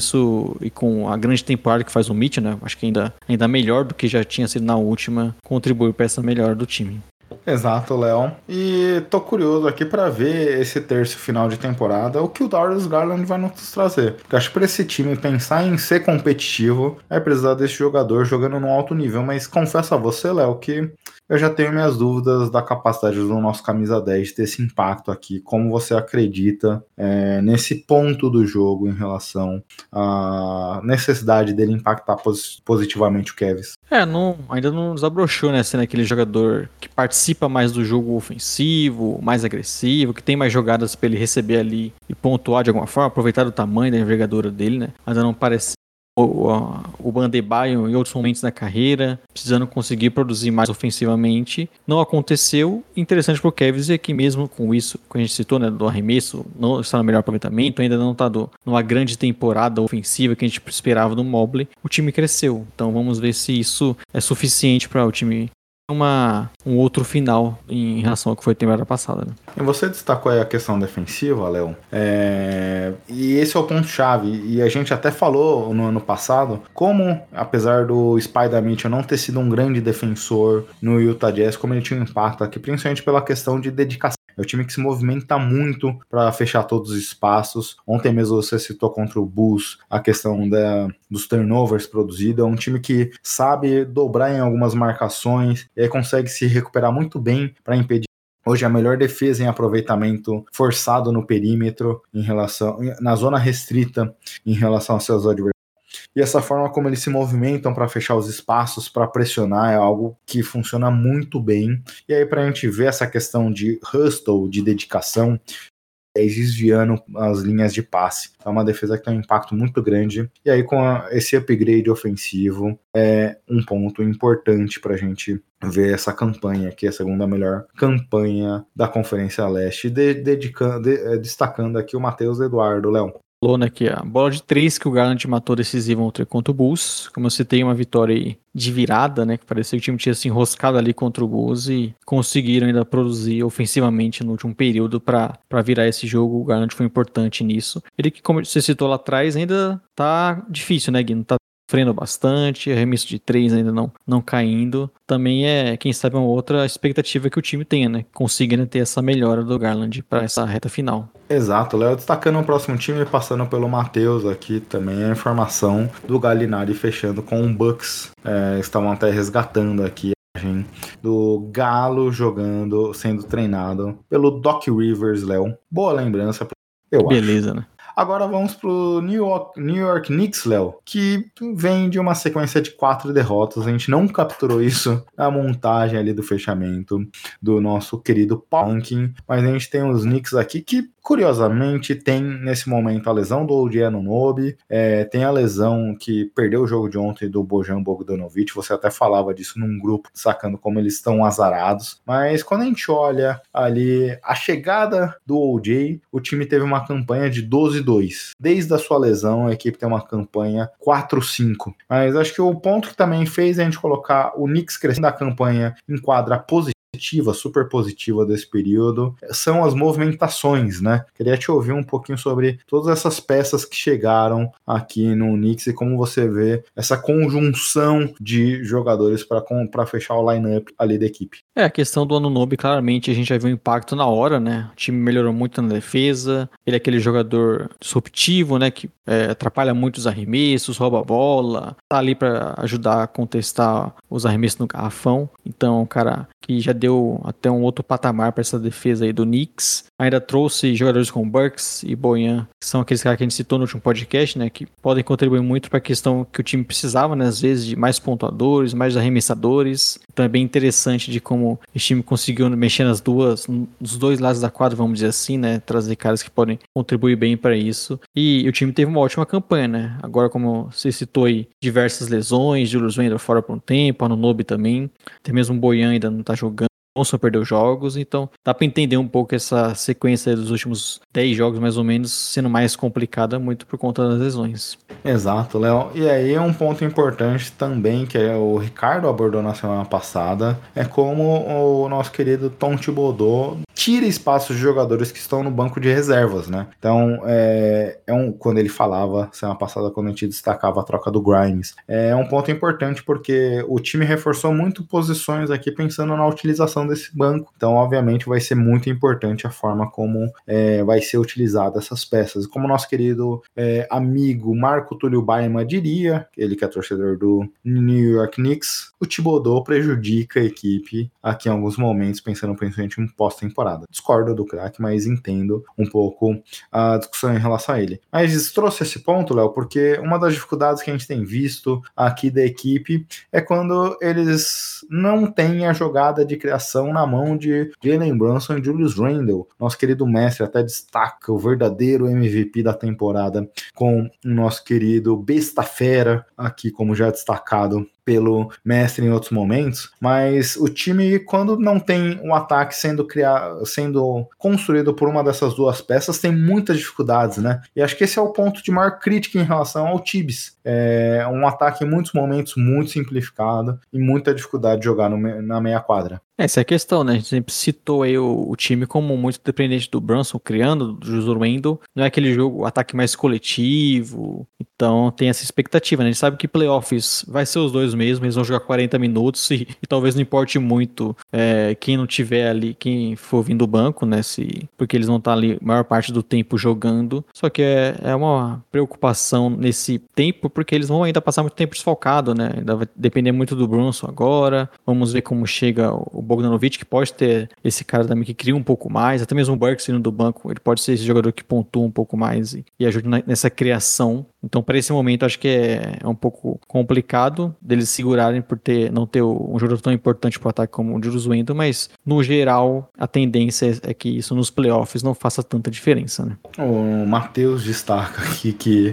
e com a grande temporada que faz o Mitch, né? Acho que ainda melhor do que já tinha sido na última, contribui para essa melhora do time. Exato, Léo. E tô curioso aqui para ver esse terço final de temporada, o que o Darius Garland vai nos trazer. Porque acho que para esse time pensar em ser competitivo é precisar desse jogador jogando no alto nível. Mas confesso a você, Léo, que eu já tenho minhas dúvidas da capacidade do nosso camisa 10 de ter esse impacto aqui. Como você acredita nesse ponto do jogo em relação à necessidade dele impactar positivamente o Kevs? Ainda não desabrochou, né, sendo aquele jogador que participa mais do jogo ofensivo, mais agressivo, que tem mais jogadas para ele receber ali e pontuar de alguma forma, aproveitar do tamanho da envergadura dele, né? Ainda não parece o Bam Adebayo em outros momentos da carreira, precisando conseguir produzir mais ofensivamente. Não aconteceu. Interessante pro Cavs é que mesmo com isso, que a gente citou, né, do arremesso, não está no melhor aproveitamento, ainda não está numa grande temporada ofensiva que a gente esperava do Mobley, o time cresceu. Então vamos ver se isso é suficiente para o time um outro final em relação ao que foi a temporada passada, né? E você destacou aí a questão defensiva, Léo, e esse é o ponto-chave, e a gente até falou no ano passado, como apesar do Spider Mitchell não ter sido um grande defensor no Utah Jazz, como ele tinha um impacto aqui, principalmente pela questão de dedicação. É um time que se movimenta muito para fechar todos os espaços. Ontem mesmo você citou contra o Bulls a questão dos turnovers produzidos. É um time que sabe dobrar em algumas marcações e aí consegue se recuperar muito bem para impedir. Hoje a melhor defesa em aproveitamento forçado no perímetro, na zona restrita em relação aos seus adversários. E essa forma como eles se movimentam para fechar os espaços, para pressionar, é algo que funciona muito bem. E aí, para a gente ver essa questão de hustle, de dedicação, desviando as linhas de passe. É uma defesa que tem um impacto muito grande. E aí, com esse upgrade ofensivo, é um ponto importante para a gente ver essa campanha, que é a segunda melhor campanha da Conferência Leste. Destacando aqui o Matheus Eduardo, Léo. Falou, né, que a bola de 3 que o Garland matou decisiva ontem contra o Bulls, como eu citei, uma vitória aí de virada, né, que parecia que o time tinha se enroscado ali contra o Bulls e conseguiram ainda produzir ofensivamente no último período para virar esse jogo. O Garland foi importante nisso. Ele que, como você citou lá atrás, ainda tá difícil, né, Gui? Não tá sofrendo bastante, arremesso de 3 ainda não caindo. Também quem sabe, uma outra expectativa que o time tenha, né? Consiga ter essa melhora do Garland para essa reta final. Exato, Léo. Destacando o próximo time, passando pelo Matheus aqui também, a informação do Gallinari fechando com o Bucks. Estavam até resgatando aqui do Galo jogando, sendo treinado pelo Doc Rivers, Léo. Boa lembrança, eu acho. Beleza, né? Agora vamos pro New York Knicks, Léo, que vem de uma sequência de 4 derrotas. A gente não capturou isso na montagem ali do fechamento do nosso querido Punkin, mas a gente tem os Knicks aqui que, curiosamente, tem nesse momento a lesão do OG Anunoby, tem a lesão que perdeu o jogo de ontem do Bojan Bogdanovic. Você até falava disso num grupo, sacando como eles estão azarados, mas quando a gente olha ali a chegada do OJ, o time teve uma campanha de 12-2. Desde a sua lesão, a equipe tem uma campanha 4-5. Mas acho que o ponto que também fez a gente colocar o Knicks crescendo a campanha em quadra positiva, super positiva desse período, são as movimentações, né? Queria te ouvir um pouquinho sobre todas essas peças que chegaram aqui no Knicks e como você vê essa conjunção de jogadores para fechar o line-up ali da equipe. A questão do Anunoby, claramente, a gente já viu o impacto na hora, né? O time melhorou muito na defesa, ele é aquele jogador disruptivo, né? Que atrapalha muito os arremessos, rouba a bola, tá ali para ajudar a contestar os arremessos no garrafão. Então, cara que já deu até um outro patamar para essa defesa aí do Knicks. Ainda trouxe jogadores como Burks e Bojan, que são aqueles caras que a gente citou no último podcast, né, que podem contribuir muito para a questão que o time precisava, né, às vezes de mais pontuadores, mais arremessadores. Então é bem interessante de como o time conseguiu mexer nos dois lados da quadra, vamos dizer assim, né, trazer caras que podem contribuir bem para isso. E o time teve uma ótima campanha, né. Agora, como você citou aí, diversas lesões, Julius Randle fora por um tempo, Anunoby também, até mesmo o Bojan ainda não tá jogando, só perdeu jogos, então dá para entender um pouco essa sequência dos últimos 10 jogos mais ou menos sendo mais complicada, muito por conta das lesões. Exato, Léo. E aí um ponto importante também, que o Ricardo abordou na semana passada, é como o nosso querido Tom Thibodeau tira espaço de jogadores que estão no banco de reservas, né? Então, quando ele falava, semana passada, quando a gente destacava a troca do Grimes, é um ponto importante porque o time reforçou muito posições aqui pensando na utilização desse banco. Então, obviamente, vai ser muito importante a forma como vai ser utilizada essas peças. Como o nosso querido amigo Marco Túlio Baima diria, ele que é torcedor do New York Knicks, o Thibodeau prejudica a equipe aqui em alguns momentos, pensando principalmente em pós-temporada. Discordo do craque, mas entendo um pouco a discussão em relação a ele. Mas trouxe esse ponto, Léo, porque uma das dificuldades que a gente tem visto aqui da equipe é quando eles não têm a jogada de criação na mão de Jalen Brunson e Julius Randle. Nosso querido mestre até destaca o verdadeiro MVP da temporada com o nosso querido Besta Fera, aqui como já destacado pelo mestre em outros momentos, mas o time, quando não tem um ataque sendo construído por uma dessas duas peças, tem muitas dificuldades, né? E acho que esse é o ponto de maior crítica em relação ao Tibbs. É um ataque em muitos momentos muito simplificado e muita dificuldade de jogar na meia quadra. Essa é a questão, né? A gente sempre citou aí o time como muito dependente do Brunson criando, do Julius Randle. Não é aquele jogo, ataque mais coletivo. Então tem essa expectativa, né? A gente sabe que playoffs vai ser os dois mesmo, eles vão jogar 40 minutos e talvez não importe muito quem não tiver ali, quem for vindo do banco, né? Porque eles vão estar ali a maior parte do tempo jogando. Só que é uma preocupação nesse tempo, porque eles vão ainda passar muito tempo desfalcado, né? Ainda vai depender muito do Brunson agora. Vamos ver como chega o Bogdanovic, que pode ter esse cara também que cria um pouco mais, até mesmo o Burks saindo do banco, ele pode ser esse jogador que pontua um pouco mais e ajuda nessa criação. Então, para esse momento, acho que é um pouco complicado deles segurarem por não ter um jogador tão importante para o ataque como o Julius Randle, mas, no geral, a tendência é que isso nos playoffs não faça tanta diferença, né? O Matheus destaca aqui que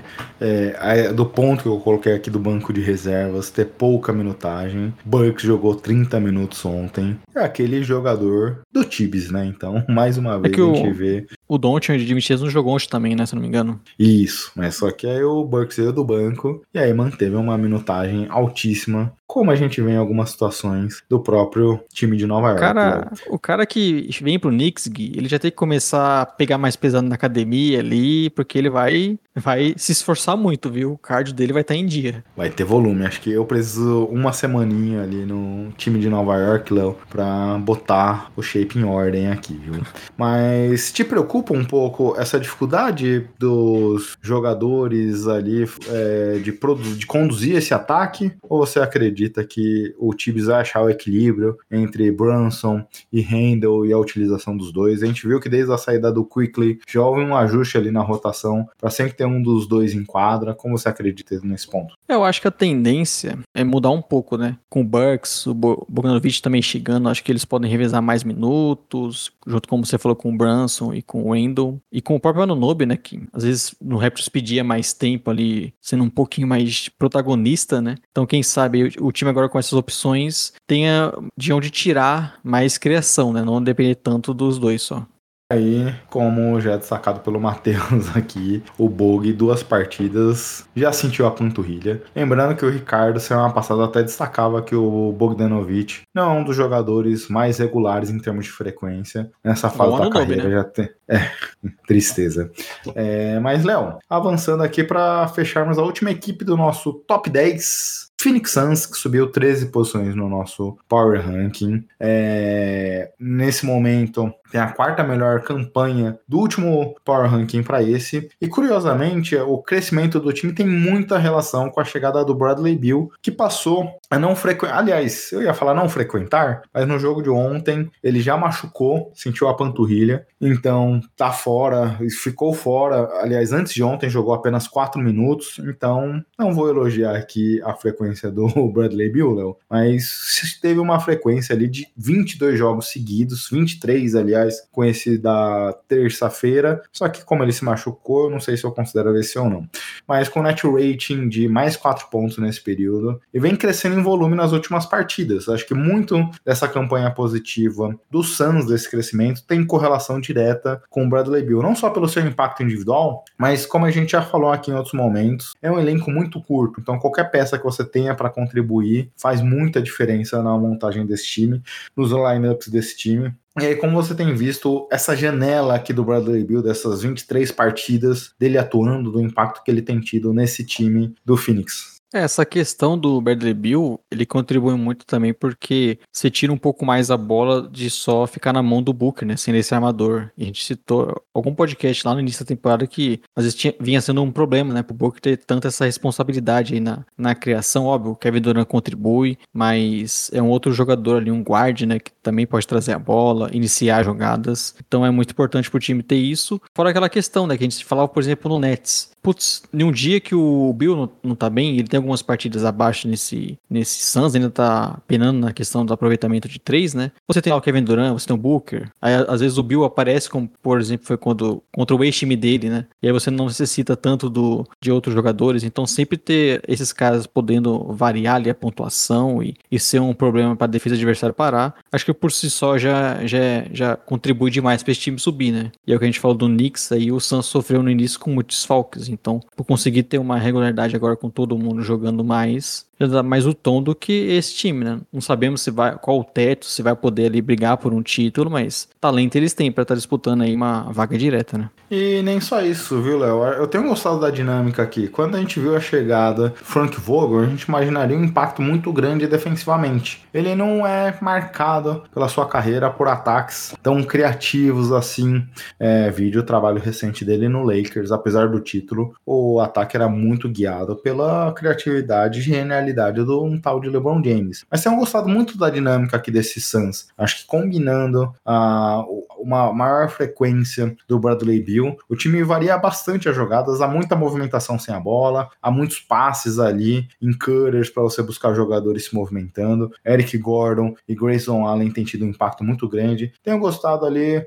do ponto que eu coloquei aqui do banco de reservas, ter pouca minutagem. Burks jogou 30 minutos ontem. É aquele jogador do Tibbs, né? Então, mais uma vez, a gente vê... O Doncic de Mentiras não jogou ontem também, né? Se não me engano. Isso, mas só que aí o Burks saiu do banco e aí manteve uma minutagem altíssima, como a gente vê em algumas situações do próprio time de Nova York. O cara que vem pro Knicks, Gui, ele já tem que começar a pegar mais pesado na academia ali, porque ele vai se esforçar muito, viu? O cardio dele vai estar em dia. Vai ter volume. Acho que eu preciso uma semaninha ali no time de Nova York, Léo, pra botar o shape em ordem aqui, viu? Mas te preocupa preocupa um pouco essa dificuldade dos jogadores ali de conduzir esse ataque? Ou você acredita que o Tibbs vai achar o equilíbrio entre Brunson e Randle e a utilização dos dois? A gente viu que desde a saída do Quickley já houve um ajuste ali na rotação para sempre ter um dos dois em quadra. Como você acredita nesse ponto? Eu acho que a tendência é mudar um pouco, né? Com o Burks, o Bogdanovic também chegando, acho que eles podem revezar mais minutos, junto como você falou com o Brunson e com o Wendell, e com o próprio Anunoby, né? Que às vezes no Raptors pedia mais tempo ali, sendo um pouquinho mais protagonista, né? Então quem sabe o time agora com essas opções tenha de onde tirar mais criação, né? Não depender tanto dos dois só. Aí, como já é destacado pelo Matheus aqui, o Bog, 2 partidas, já sentiu a panturrilha. Lembrando que o Ricardo, semana passada, até destacava que o Bogdanovic não é um dos jogadores mais regulares em termos de frequência. Nessa fase da carreira, né? Já tem... tristeza. Mas, Léo, avançando aqui para fecharmos a última equipe do nosso Top 10... Phoenix Suns, que subiu 13 posições no nosso Power Ranking. Nesse momento, tem a 4ª melhor campanha do último Power Ranking para esse. E, curiosamente, o crescimento do time tem muita relação com a chegada do Bradley Beal, que passou a não frequentar. Aliás, eu ia falar não frequentar, mas no jogo de ontem ele já machucou, sentiu a panturrilha, então tá fora, ficou fora. Aliás, antes de ontem jogou apenas 4 minutos, então não vou elogiar aqui a frequência do Bradley Beal, Léo, mas teve uma frequência ali de 22 jogos seguidos, 23, aliás, com esse da terça-feira, só que como ele se machucou, eu não sei se eu considero esse ou não, mas com net rating de mais 4 pontos nesse período, e vem crescendo em volume nas últimas partidas. Acho que muito dessa campanha positiva do Suns, desse crescimento, tem correlação direta com o Bradley Beal, não só pelo seu impacto individual, mas como a gente já falou aqui em outros momentos, é um elenco muito curto, então qualquer peça que você tenha para contribuir faz muita diferença na montagem desse time, nos lineups desse time. E aí, como você tem visto essa janela aqui do Bradley Beal, dessas 23 partidas dele atuando, do impacto que ele tem tido nesse time do Phoenix? Essa questão do Bradley Beal, ele contribui muito também porque você tira um pouco mais a bola de só ficar na mão do Booker, né, sem esse armador. E a gente citou algum podcast lá no início da temporada que às vezes vinha sendo um problema, né, pro Booker ter tanta essa responsabilidade aí na criação. Óbvio, o Kevin Durant contribui, mas é um outro jogador ali, um guard, né, que também pode trazer a bola, iniciar jogadas. Então é muito importante pro time ter isso. Fora aquela questão, né, que a gente falava, por exemplo, no Nets. Putz, em um dia que o Bill não tá bem, ele tem algumas partidas abaixo nesse Suns, ainda tá penando na questão do aproveitamento de 3, né? Você tem lá o Kevin Durant, você tem o Booker, aí às vezes o Bill aparece, como por exemplo foi contra o ex-time dele, né? E aí você não necessita tanto de outros jogadores, então sempre ter esses caras podendo variar ali a pontuação e ser um problema para a defesa adversária parar, acho que por si só já contribui demais para esse time subir, né? E é o que a gente falou do Knicks, aí o Suns sofreu no início com muitos desfalques, então por conseguir ter uma regularidade agora com todo mundo jogando mais, já dá mais o tom do que esse time, né? Não sabemos qual o teto, se vai poder ali brigar por um título, mas talento eles têm para estar disputando aí uma vaga direta, né? E nem só isso, viu, Léo? Eu tenho gostado da dinâmica aqui. Quando a gente viu a chegada Frank Vogel, a gente imaginaria um impacto muito grande defensivamente. Ele não é marcado pela sua carreira por ataques tão criativos assim. Vídeo o trabalho recente dele no Lakers, apesar do título, o ataque era muito guiado pela criatividade e genialidade do um tal de LeBron James. Mas tenho gostado muito da dinâmica aqui desse Suns. Acho que combinando uma maior frequência do Bradley Beal, o time varia bastante as jogadas, há muita movimentação sem a bola, há muitos passes ali em cutters para você buscar jogadores se movimentando. Eric Gordon e Grayson Allen têm tido um impacto muito grande. Tenho gostado ali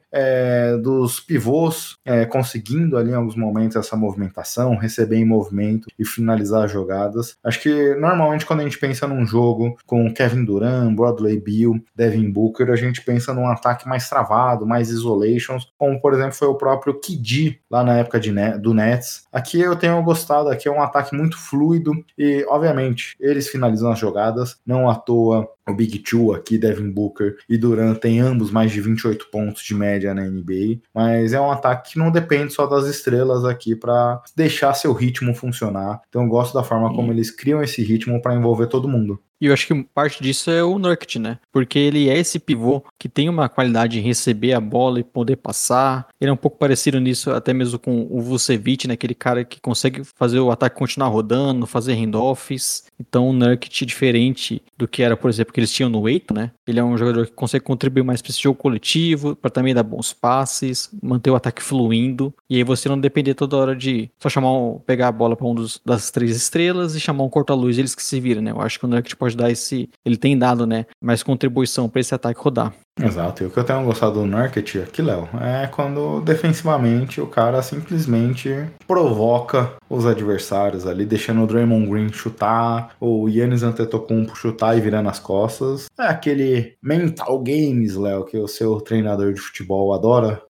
dos pivôs conseguindo ali em alguns momentos essa movimentação, receber em movimento e finalizar as jogadas. Acho que normalmente quando a gente pensa num jogo com Kevin Durant, Bradley Beal, Devin Booker, a gente pensa num ataque mais travado, mais isolations, como por exemplo foi o próprio KD lá na época do Nets. Aqui eu tenho gostado, aqui é um ataque muito fluido e obviamente eles finalizam as jogadas, não à toa o Big Two aqui, Devin Booker e Durant tem ambos mais de 28 pontos de média na NBA, mas é um ataque que não depende só das estrelas aqui para deixar seu ritmo funcionar. Então eu gosto da forma como eles criam esse ritmo para envolver todo mundo. E eu acho que parte disso é o Nurkic, né? Porque ele é esse pivô que tem uma qualidade em receber a bola e poder passar. Ele é um pouco parecido nisso até mesmo com o Vucevic, né? Aquele cara que consegue fazer o ataque continuar rodando, fazer handoffs. Então o Nurkic, diferente do que era, por exemplo, que eles tinham no Ayton, né? Ele é um jogador que consegue contribuir mais para esse jogo coletivo, para também dar bons passes, manter o ataque fluindo. E aí você não depender toda hora de só pegar a bola para das 3 estrelas e chamar um corta-luz, eles que se viram, né? Eu acho que o Nurkic pode dar ele tem dado, né, mais contribuição para esse ataque rodar. Exato, e o que eu tenho gostado do Nurkic aqui, Léo, é quando defensivamente o cara simplesmente provoca os adversários ali, deixando o Draymond Green chutar, o Giannis Antetokounmpo chutar e virar nas costas. É aquele mental games, Léo, que o seu treinador de futebol adora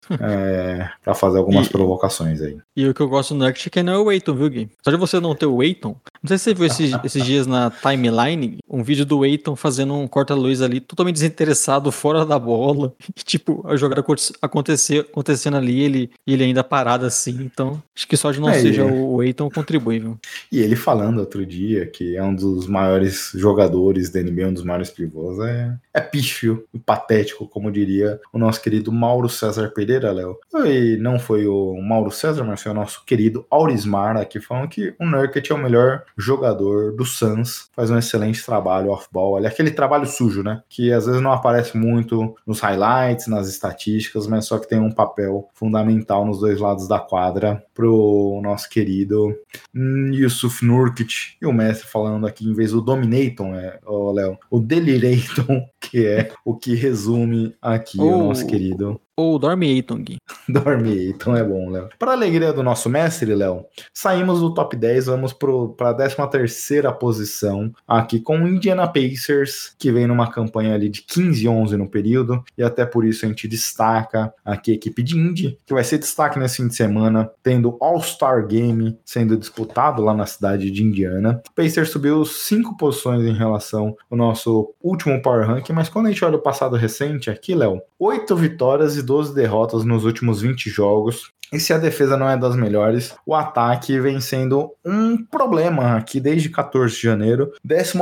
pra fazer algumas provocações aí. E o que eu gosto do Nurkic é que não é o Ayton, viu, Gui? Só de você não ter o Ayton, não sei se você viu esses dias na timeline, um vídeo do Ayton fazendo um corta-luz ali, totalmente desinteressado, fora da bola, e, tipo, a jogada acontecendo ali, ele ainda parado assim, então acho que só de não seja o Ayton contribui, viu? E ele falando outro dia que é um dos maiores jogadores da NBA, um dos maiores pivôs, é pífio e patético, como diria o nosso querido Mauro César Pereira, Léo. E não foi o Mauro César, mas foi o nosso querido Aurismar aqui falando que o Nurkic é o melhor jogador do Suns, faz um excelente trabalho off-ball, olha aquele trabalho sujo, né, que às vezes não aparece muito nos highlights, nas estatísticas, mas só que tem um papel fundamental nos dois lados da quadra pro nosso querido Yusuf Nurkic. E o mestre falando aqui, em vez do Dominaton, Léo, o Deliraton, que é o que resume aqui o nosso querido... Ou Dorme Ayton, Gui. Dorme Ayton, é bom, Léo. Para a alegria do nosso mestre, Léo, saímos do top 10, vamos para a 13ª posição, aqui com o Indiana Pacers, que vem numa campanha ali de 15-11 no período, e até por isso a gente destaca aqui a equipe de Indy, que vai ser destaque nesse fim de semana, tendo All-Star Game sendo disputado lá na cidade de Indiana. O Pacers subiu 5 posições em relação ao nosso último Power Ranking, mas quando a gente olha o passado recente aqui, Léo, 8 vitórias e 12 derrotas nos últimos 20 jogos. E se a defesa não é das melhores, o ataque vem sendo um problema aqui desde 14 de janeiro.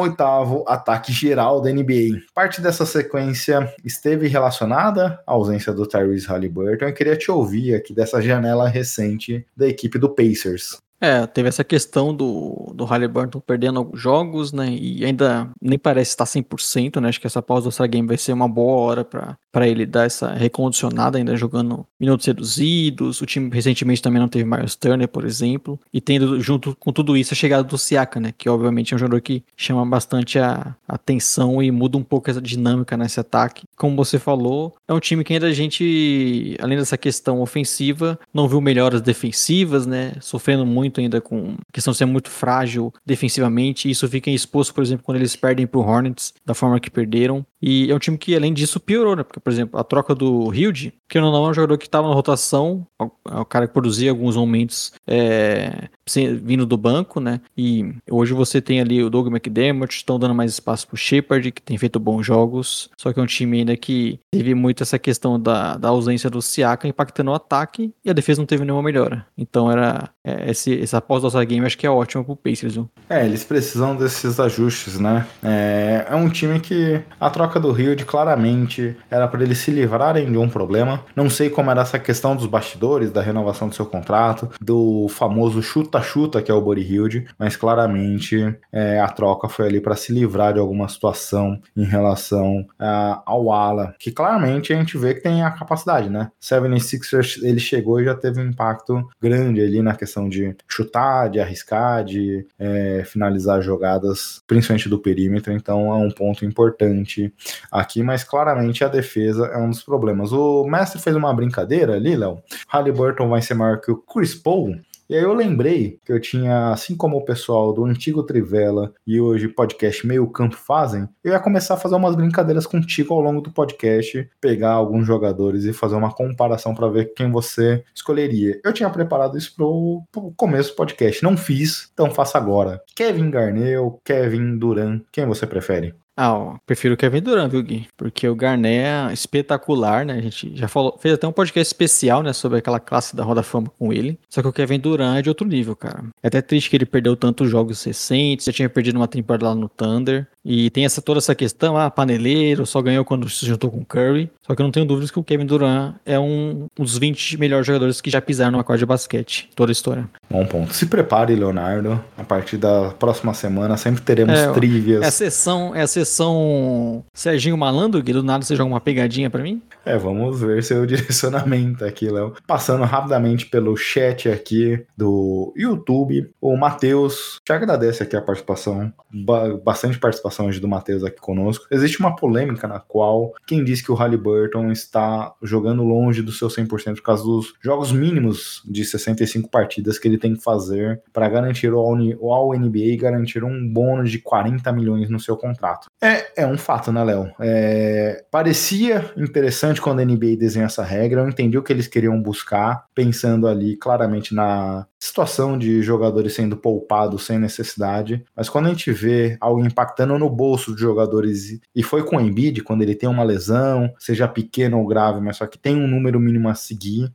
18º ataque geral da NBA. Parte dessa sequência esteve relacionada à ausência do Tyrese Haliburton. Eu queria te ouvir aqui dessa janela recente da equipe do Pacers. Teve essa questão do Haliburton perdendo alguns jogos, né, e ainda nem parece estar 100%, né, acho que essa pausa do All-Star Game vai ser uma boa hora para ele dar essa recondicionada, ainda jogando minutos reduzidos. O time recentemente também não teve Myles Turner, por exemplo, e tendo junto com tudo isso a chegada do Siakam, né, que obviamente é um jogador que chama bastante a atenção e muda um pouco essa dinâmica nesse ataque. Como você falou, é um time que ainda a gente, além dessa questão ofensiva, não viu melhoras defensivas, né, sofrendo muito ainda com a questão de ser muito frágil defensivamente, e isso fica exposto, por exemplo, quando eles perdem pro Hornets, da forma que perderam. E é um time que, além disso, piorou, né? Porque, por exemplo, a troca do Hield, que não é um jogador que estava na rotação, é o cara que produzia alguns momentos vindo do banco, né? E hoje você tem ali o Doug McDermott, estão dando mais espaço pro Shepard, que tem feito bons jogos, só que é um time ainda que teve muito essa questão da ausência do Siakam impactando o ataque, e a defesa não teve nenhuma melhora. Então essa pós do All-Star Game acho que é ótima pro Pacers, viu? Eles precisam desses ajustes, né? É um time que a troca do Hield claramente era para eles se livrarem de um problema. Não sei como era essa questão dos bastidores, da renovação do seu contrato, do famoso chuta-chuta que é o Buddy Hield, mas claramente a troca foi ali para se livrar de alguma situação em relação ao ala, que claramente a gente vê que tem a capacidade, né? 76ers, ele chegou e já teve um impacto grande ali na questão de chutar, de arriscar, de finalizar jogadas, principalmente do perímetro, então é um ponto importante aqui, mas claramente a defesa é um dos problemas. O mestre fez uma brincadeira ali, Léo, Haliburton vai ser maior que o Chris Paul, e aí eu lembrei que eu tinha, assim como o pessoal do antigo Trivela e hoje podcast Meio Campo fazem, eu ia começar a fazer umas brincadeiras contigo ao longo do podcast, pegar alguns jogadores e fazer uma comparação para ver quem você escolheria. Eu tinha preparado isso pro começo do podcast, não fiz, então faça agora. Kevin Garnett ou Kevin Durant, quem você prefere? Prefiro o Kevin Durant, viu, Gui? Porque o Garnett é espetacular, né? A gente já falou, fez até um podcast especial, né, sobre aquela classe da Roda Fama com ele. Só que o Kevin Durant é de outro nível, cara. É até triste que ele perdeu tantos jogos recentes, já tinha perdido uma temporada lá no Thunder. E tem toda essa questão, paneleiro, só ganhou quando se juntou com o Curry. Só que eu não tenho dúvidas que o Kevin Durant é um dos 20 melhores jogadores que já pisaram numa quadra de basquete. Toda a história. Bom ponto. Se prepare, Leonardo. A partir da próxima semana sempre teremos trivias. É a sessão Serginho Malandro, que do nada você joga uma pegadinha pra mim? Vamos ver seu direcionamento aqui, Léo. Passando rapidamente pelo chat aqui do YouTube, o Matheus te agradece aqui a participação, bastante participação hoje do Matheus aqui conosco. Existe uma polêmica na qual quem diz que o Haliburton está jogando longe do seu 100% por causa dos jogos mínimos de 65 partidas que ele tem que fazer para garantir o All-NBA e garantir um bônus de 40 milhões no seu contrato. É um fato, né, Léo? Parecia interessante quando a NBA desenha essa regra, eu entendi o que eles queriam buscar, pensando ali claramente na situação de jogadores sendo poupados sem necessidade, mas quando a gente vê algo impactando no bolso de jogadores, e foi com o Embiid, quando ele tem uma lesão, seja pequena ou grave, mas só que tem um número mínimo a seguir,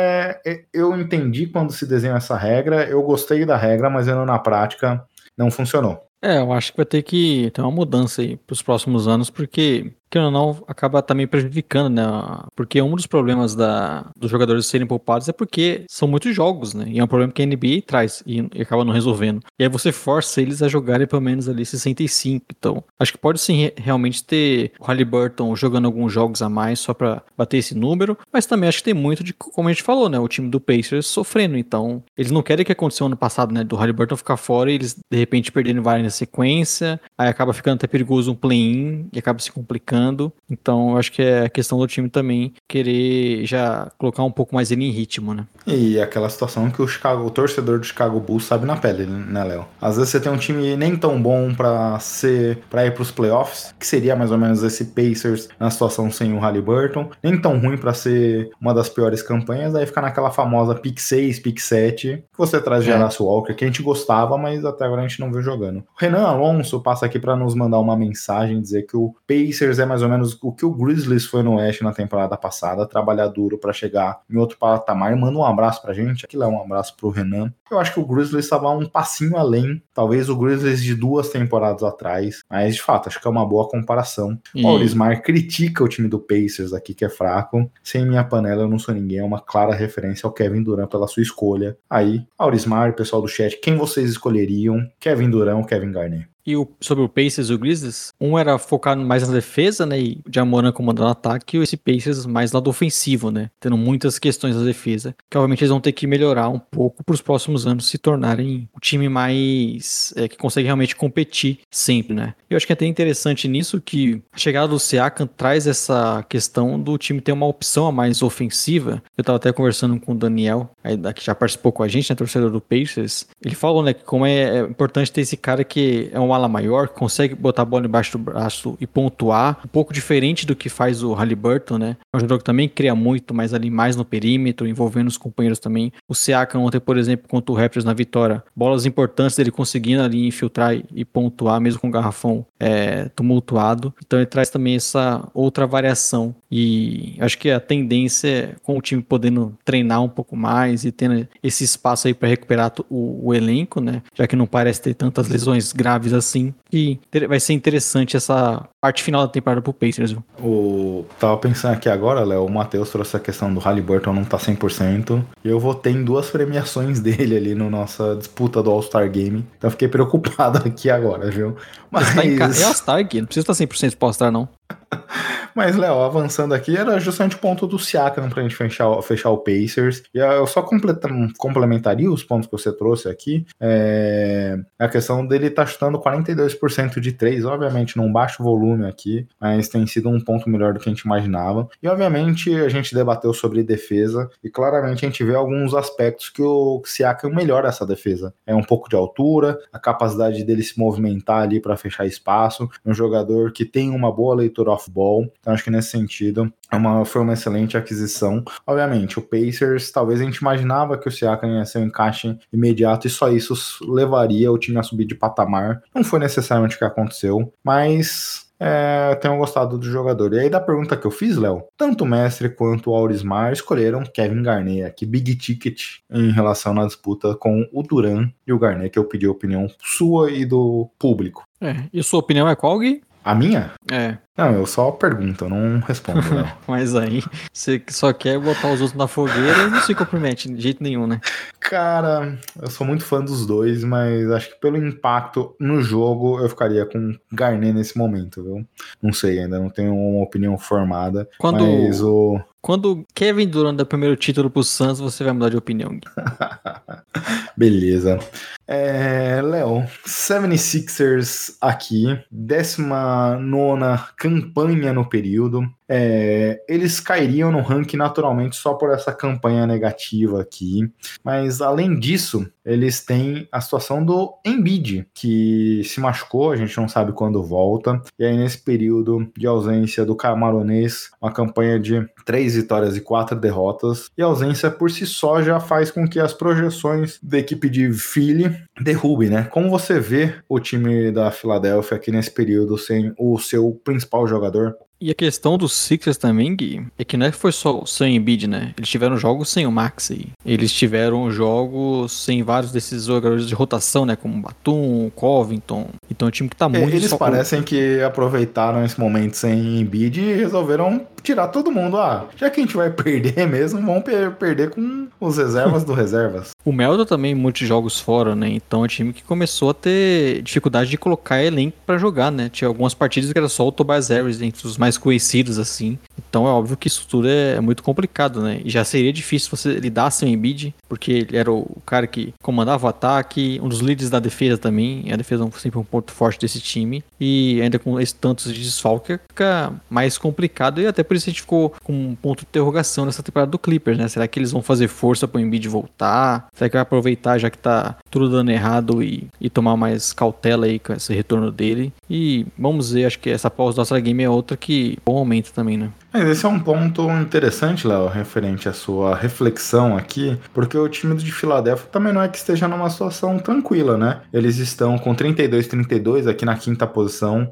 eu entendi quando se desenha essa regra, eu gostei da regra, mas na prática não funcionou. Eu acho que vai ter que ter uma mudança aí pros próximos anos, porque querendo ou não, acaba também prejudicando, né? Porque um dos problemas dos jogadores serem poupados é porque são muitos jogos, né? E é um problema que a NBA traz e acaba não resolvendo. E aí você força eles a jogarem pelo menos ali 65. Então, acho que pode sim realmente ter o Haliburton jogando alguns jogos a mais só pra bater esse número, mas também acho que tem muito de, como a gente falou, né? O time do Pacers sofrendo. Então, eles não querem que aconteceu ano passado, né? Do Haliburton ficar fora e eles de repente perderem várias na sequência. Aí acaba ficando até perigoso um play-in e acaba se complicando. Então eu acho que é a questão do time também querer já colocar um pouco mais ele em ritmo, né? E aquela situação que o torcedor do Chicago Bulls sabe na pele, né, Léo? Às vezes você tem um time nem tão bom pra ir pros playoffs, que seria mais ou menos esse Pacers na situação sem o Haliburton, nem tão ruim pra ser uma das piores campanhas, aí fica naquela famosa pick 6, pick 7, que você traz de Horace Walker, que a gente gostava, mas até agora a gente não viu jogando. O Renan Alonso passa aqui pra nos mandar uma mensagem, dizer que o Pacers é mais ou menos o que o Grizzlies foi no Oeste na temporada passada, trabalhar duro pra chegar em outro patamar. Manda um abraço pra gente, aqui lá um abraço pro Renan. Eu acho que o Grizzlies estava um passinho além, talvez o Grizzlies de 2 temporadas atrás, mas de fato, acho que é uma boa comparação. O Aurismar critica o time do Pacers aqui, que é fraco. Sem minha panela eu não sou ninguém, é uma clara referência ao Kevin Durant pela sua escolha. Aí, Aurismar, pessoal do chat, quem vocês escolheriam? Kevin Durant ou Kevin Garnett? E sobre o Pacers e o Grizzlies, um era focado mais na defesa, né, e o Jamoran comandando o ataque, e esse Pacers mais lado ofensivo, né, tendo muitas questões na defesa, que obviamente eles vão ter que melhorar um pouco para os próximos anos se tornarem um time mais, que consegue realmente competir sempre, né. Eu acho que é até interessante nisso que a chegada do Siakam traz essa questão do time ter uma opção a mais ofensiva. Eu tava até conversando com o Daniel, que já participou com a gente, né, torcedor do Pacers, ele falou, né, que como é importante ter esse cara que é um ala maior, que consegue botar a bola embaixo do braço e pontuar, um pouco diferente do que faz o Haliburton, né? É um jogador que também cria muito, mas ali mais no perímetro, envolvendo os companheiros também. O Siakam ontem, por exemplo, contra o Raptors na vitória, bolas importantes dele conseguindo ali infiltrar e pontuar, mesmo com o garrafão tumultuado. Então ele traz também essa outra variação. E acho que a tendência é, com o time podendo treinar um pouco mais e tendo esse espaço aí para recuperar o elenco, né? Já que não parece ter tantas lesões graves assim, e vai ser interessante essa parte final da temporada pro Pacers, viu? Tava pensando aqui agora, Léo, o Matheus trouxe a questão do Haliburton não tá 100%, e eu votei em 2 premiações dele ali na nossa disputa do All-Star Game, então eu fiquei preocupado aqui agora, viu? Mas... É All-Star aqui, não precisa estar 100% pro All-Star, não. Mas, Léo, avançando aqui, era justamente o ponto do Siakam pra gente fechar o Pacers. E eu só complementaria os pontos que você trouxe aqui. A questão dele estar chutando 42% de 3, obviamente num baixo volume aqui, mas tem sido um ponto melhor do que a gente imaginava. E, obviamente, a gente debateu sobre defesa e, claramente, a gente vê alguns aspectos que o Siakam melhora essa defesa. É um pouco de altura, a capacidade dele se movimentar ali para fechar espaço, um jogador que tem uma boa leitura off-ball. Então acho que nesse sentido foi uma excelente aquisição. Obviamente, o Pacers, talvez a gente imaginava que o Siakam ia ser um encaixe imediato e só isso levaria o time a subir de patamar. Não foi necessariamente o que aconteceu, mas tenho gostado do jogador. E aí, da pergunta que eu fiz, Léo, tanto o Mestre quanto o Aurismar escolheram Kevin Garnett aqui, big ticket, em relação na disputa com o Duran e o Garnett, que eu pedi a opinião sua e do público. E sua opinião é qual, Gui? A minha? É. Não, eu só pergunto, eu não respondo, Léo. Mas aí, você só quer botar os outros na fogueira e não se compromete de jeito nenhum, né? Cara, eu sou muito fã dos dois, mas acho que pelo impacto no jogo eu ficaria com Garnett nesse momento, viu? Não sei, ainda não tenho uma opinião formada, mas o... Quando Kevin Durant dá o primeiro título pro Suns, você vai mudar de opinião, Gui. Beleza. Léo, 76ers aqui, 19ª campanha no período. Eles cairiam no ranking naturalmente só por essa campanha negativa aqui, mas além disso, eles têm a situação do Embiid, que se machucou, a gente não sabe quando volta, e aí nesse período de ausência do camaronês, uma campanha de 3 vitórias e 4 derrotas, e a ausência por si só já faz com que as projeções da equipe de Philly derrube, né? Como você vê o time da Filadélfia aqui nesse período sem o seu principal jogador? E a questão dos Sixers também, Gui, é que não é que foi só sem o Embiid, né? Eles tiveram jogos sem o Maxey. Eles tiveram jogos sem vários desses jogadores de rotação, né? Como Batum, Covington. Então é um time que tá muito... Eles parecem que aproveitaram esse momento sem Embiid e resolveram tirar todo mundo. Já que a gente vai perder mesmo, vamos perder com os reservas do reservas. O Meldo também muitos jogos fora, né? Então é um time que começou a ter dificuldade de colocar elenco pra jogar, né? Tinha algumas partidas que era só o Tobias Harris entre os mais conhecidos, assim. Então é óbvio que isso tudo é muito complicado, né? E já seria difícil você lidar sem o Embiid, porque ele era o cara que comandava o ataque, um dos líderes da defesa também. A defesa é sempre um ponto forte desse time. E ainda com esses tantos de desfalque, fica mais complicado. E até por isso a gente ficou com um ponto de interrogação nessa temporada do Clippers, né? Será que eles vão fazer força pro Embiid voltar? Será que vai aproveitar já que tá tudo dando errado e tomar mais cautela aí com esse retorno dele? E vamos ver, acho que essa pausa do All-Star Game é outra que bom momento também, né? Mas esse é um ponto interessante, Léo, referente à sua reflexão aqui, porque o time de Filadélfia também não é que esteja numa situação tranquila, né? Eles estão com 32-32 aqui na 5ª posição,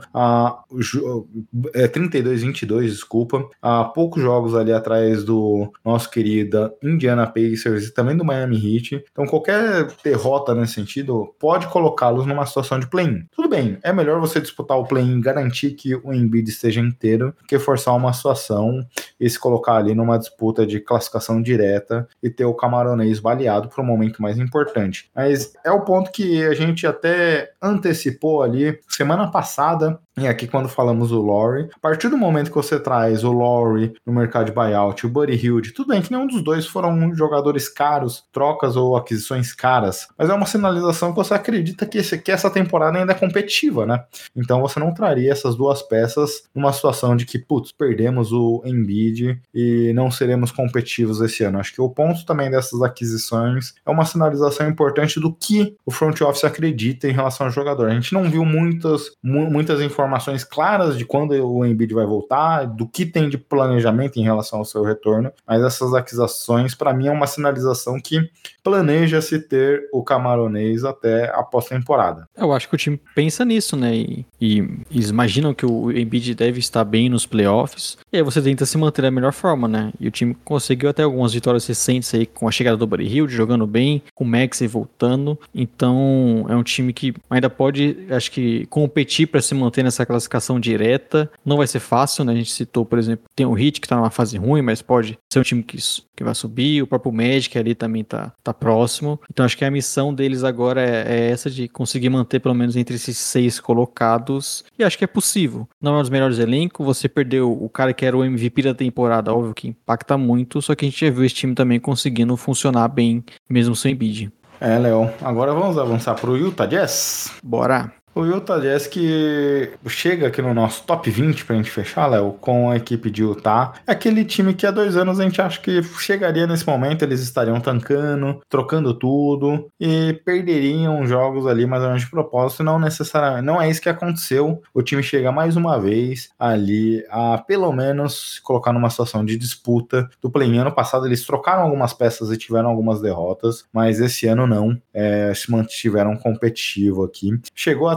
32-22, desculpa, há poucos jogos ali atrás do nosso querido Indiana Pacers e também do Miami Heat. Então qualquer derrota nesse sentido pode colocá-los numa situação de play-in. Tudo bem, é melhor você disputar o play-in e garantir que o Embiid esteja inteiro que forçar uma situação e se colocar ali numa disputa de classificação direta e ter o camaronês baleado para o momento mais importante. Mas é o ponto que a gente até antecipou ali semana passada, e aqui quando falamos do Lowry, a partir do momento que você traz o Lowry no mercado de buyout, o Buddy Hield, tudo bem que nenhum dos dois foram jogadores caros, trocas ou aquisições caras, mas é uma sinalização que você acredita que essa temporada ainda é competitiva, né? Então você não traria essas duas peças numa situação de que, perdemos o Embiid e não seremos competitivos esse ano. Acho que o ponto também dessas aquisições é uma sinalização importante do que o front office acredita em relação ao jogador. A gente não viu muitas informações claras de quando o Embiid vai voltar, do que tem de planejamento em relação ao seu retorno, mas essas aquisições, para mim, é uma sinalização que planeja-se ter o camaronês até a pós-temporada. Eu acho que o time pensa nisso, né? E eles imaginam que o Embiid deve estar bem nos playoffs, e aí você tenta se manter da melhor forma, né? E o time conseguiu até algumas vitórias recentes aí com a chegada do Buddy Hield, jogando bem, com o Maxey voltando. Então é um time que ainda pode, acho que, competir para se manter nessa classificação direta. Não vai ser fácil, né? A gente citou, por exemplo, tem o Heat que tá numa fase ruim, mas pode ser um time que vai subir. O próprio Magic ali também tá próximo. Então acho que a missão deles agora é essa de conseguir manter pelo menos entre esses 6 colocados. E acho que é possível. Não é um dos melhores elencos. Você perdeu o cara que era o MVP da temporada, óbvio que impacta muito. Só que a gente já viu esse time também conseguindo funcionar bem, mesmo sem Embiid. Léo, agora vamos avançar pro Utah Jazz? Bora! O Utah Jazz que chega aqui no nosso top 20 pra gente fechar, Léo, com a equipe de Utah. É aquele time que há 2 anos a gente acha que chegaria nesse momento, eles estariam tancando, trocando tudo e perderiam jogos ali mais ou menos de propósito, não necessariamente, não é isso que aconteceu. O time chega mais uma vez ali a pelo menos se colocar numa situação de disputa do play-in. Ano passado eles trocaram algumas peças e tiveram algumas derrotas, mas esse ano não, se mantiveram competitivo aqui. Chegou a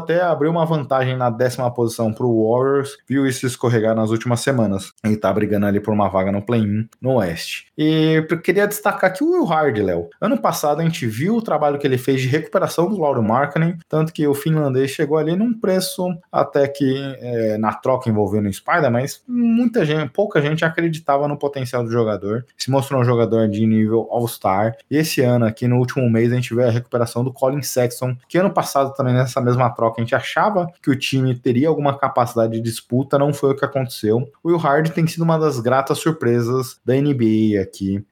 até abriu uma vantagem na 10ª posição pro Warriors, viu isso escorregar nas últimas semanas. Ele tá brigando ali por uma vaga no play-in no Oeste. E eu queria destacar aqui o Will Hard, Léo. Ano passado a gente viu o trabalho que ele fez de recuperação do Lauri Markkanen, tanto que o finlandês chegou ali num preço até que na troca envolvendo o Spider, mas pouca gente acreditava no potencial do jogador. Se mostrou um jogador de nível All-Star. E esse ano aqui, no último mês, a gente vê a recuperação do Colin Sexton, que ano passado também nessa mesma troca a gente achava que o time teria alguma capacidade de disputa, não foi o que aconteceu. O Will Hard tem sido uma das gratas surpresas da NBA aqui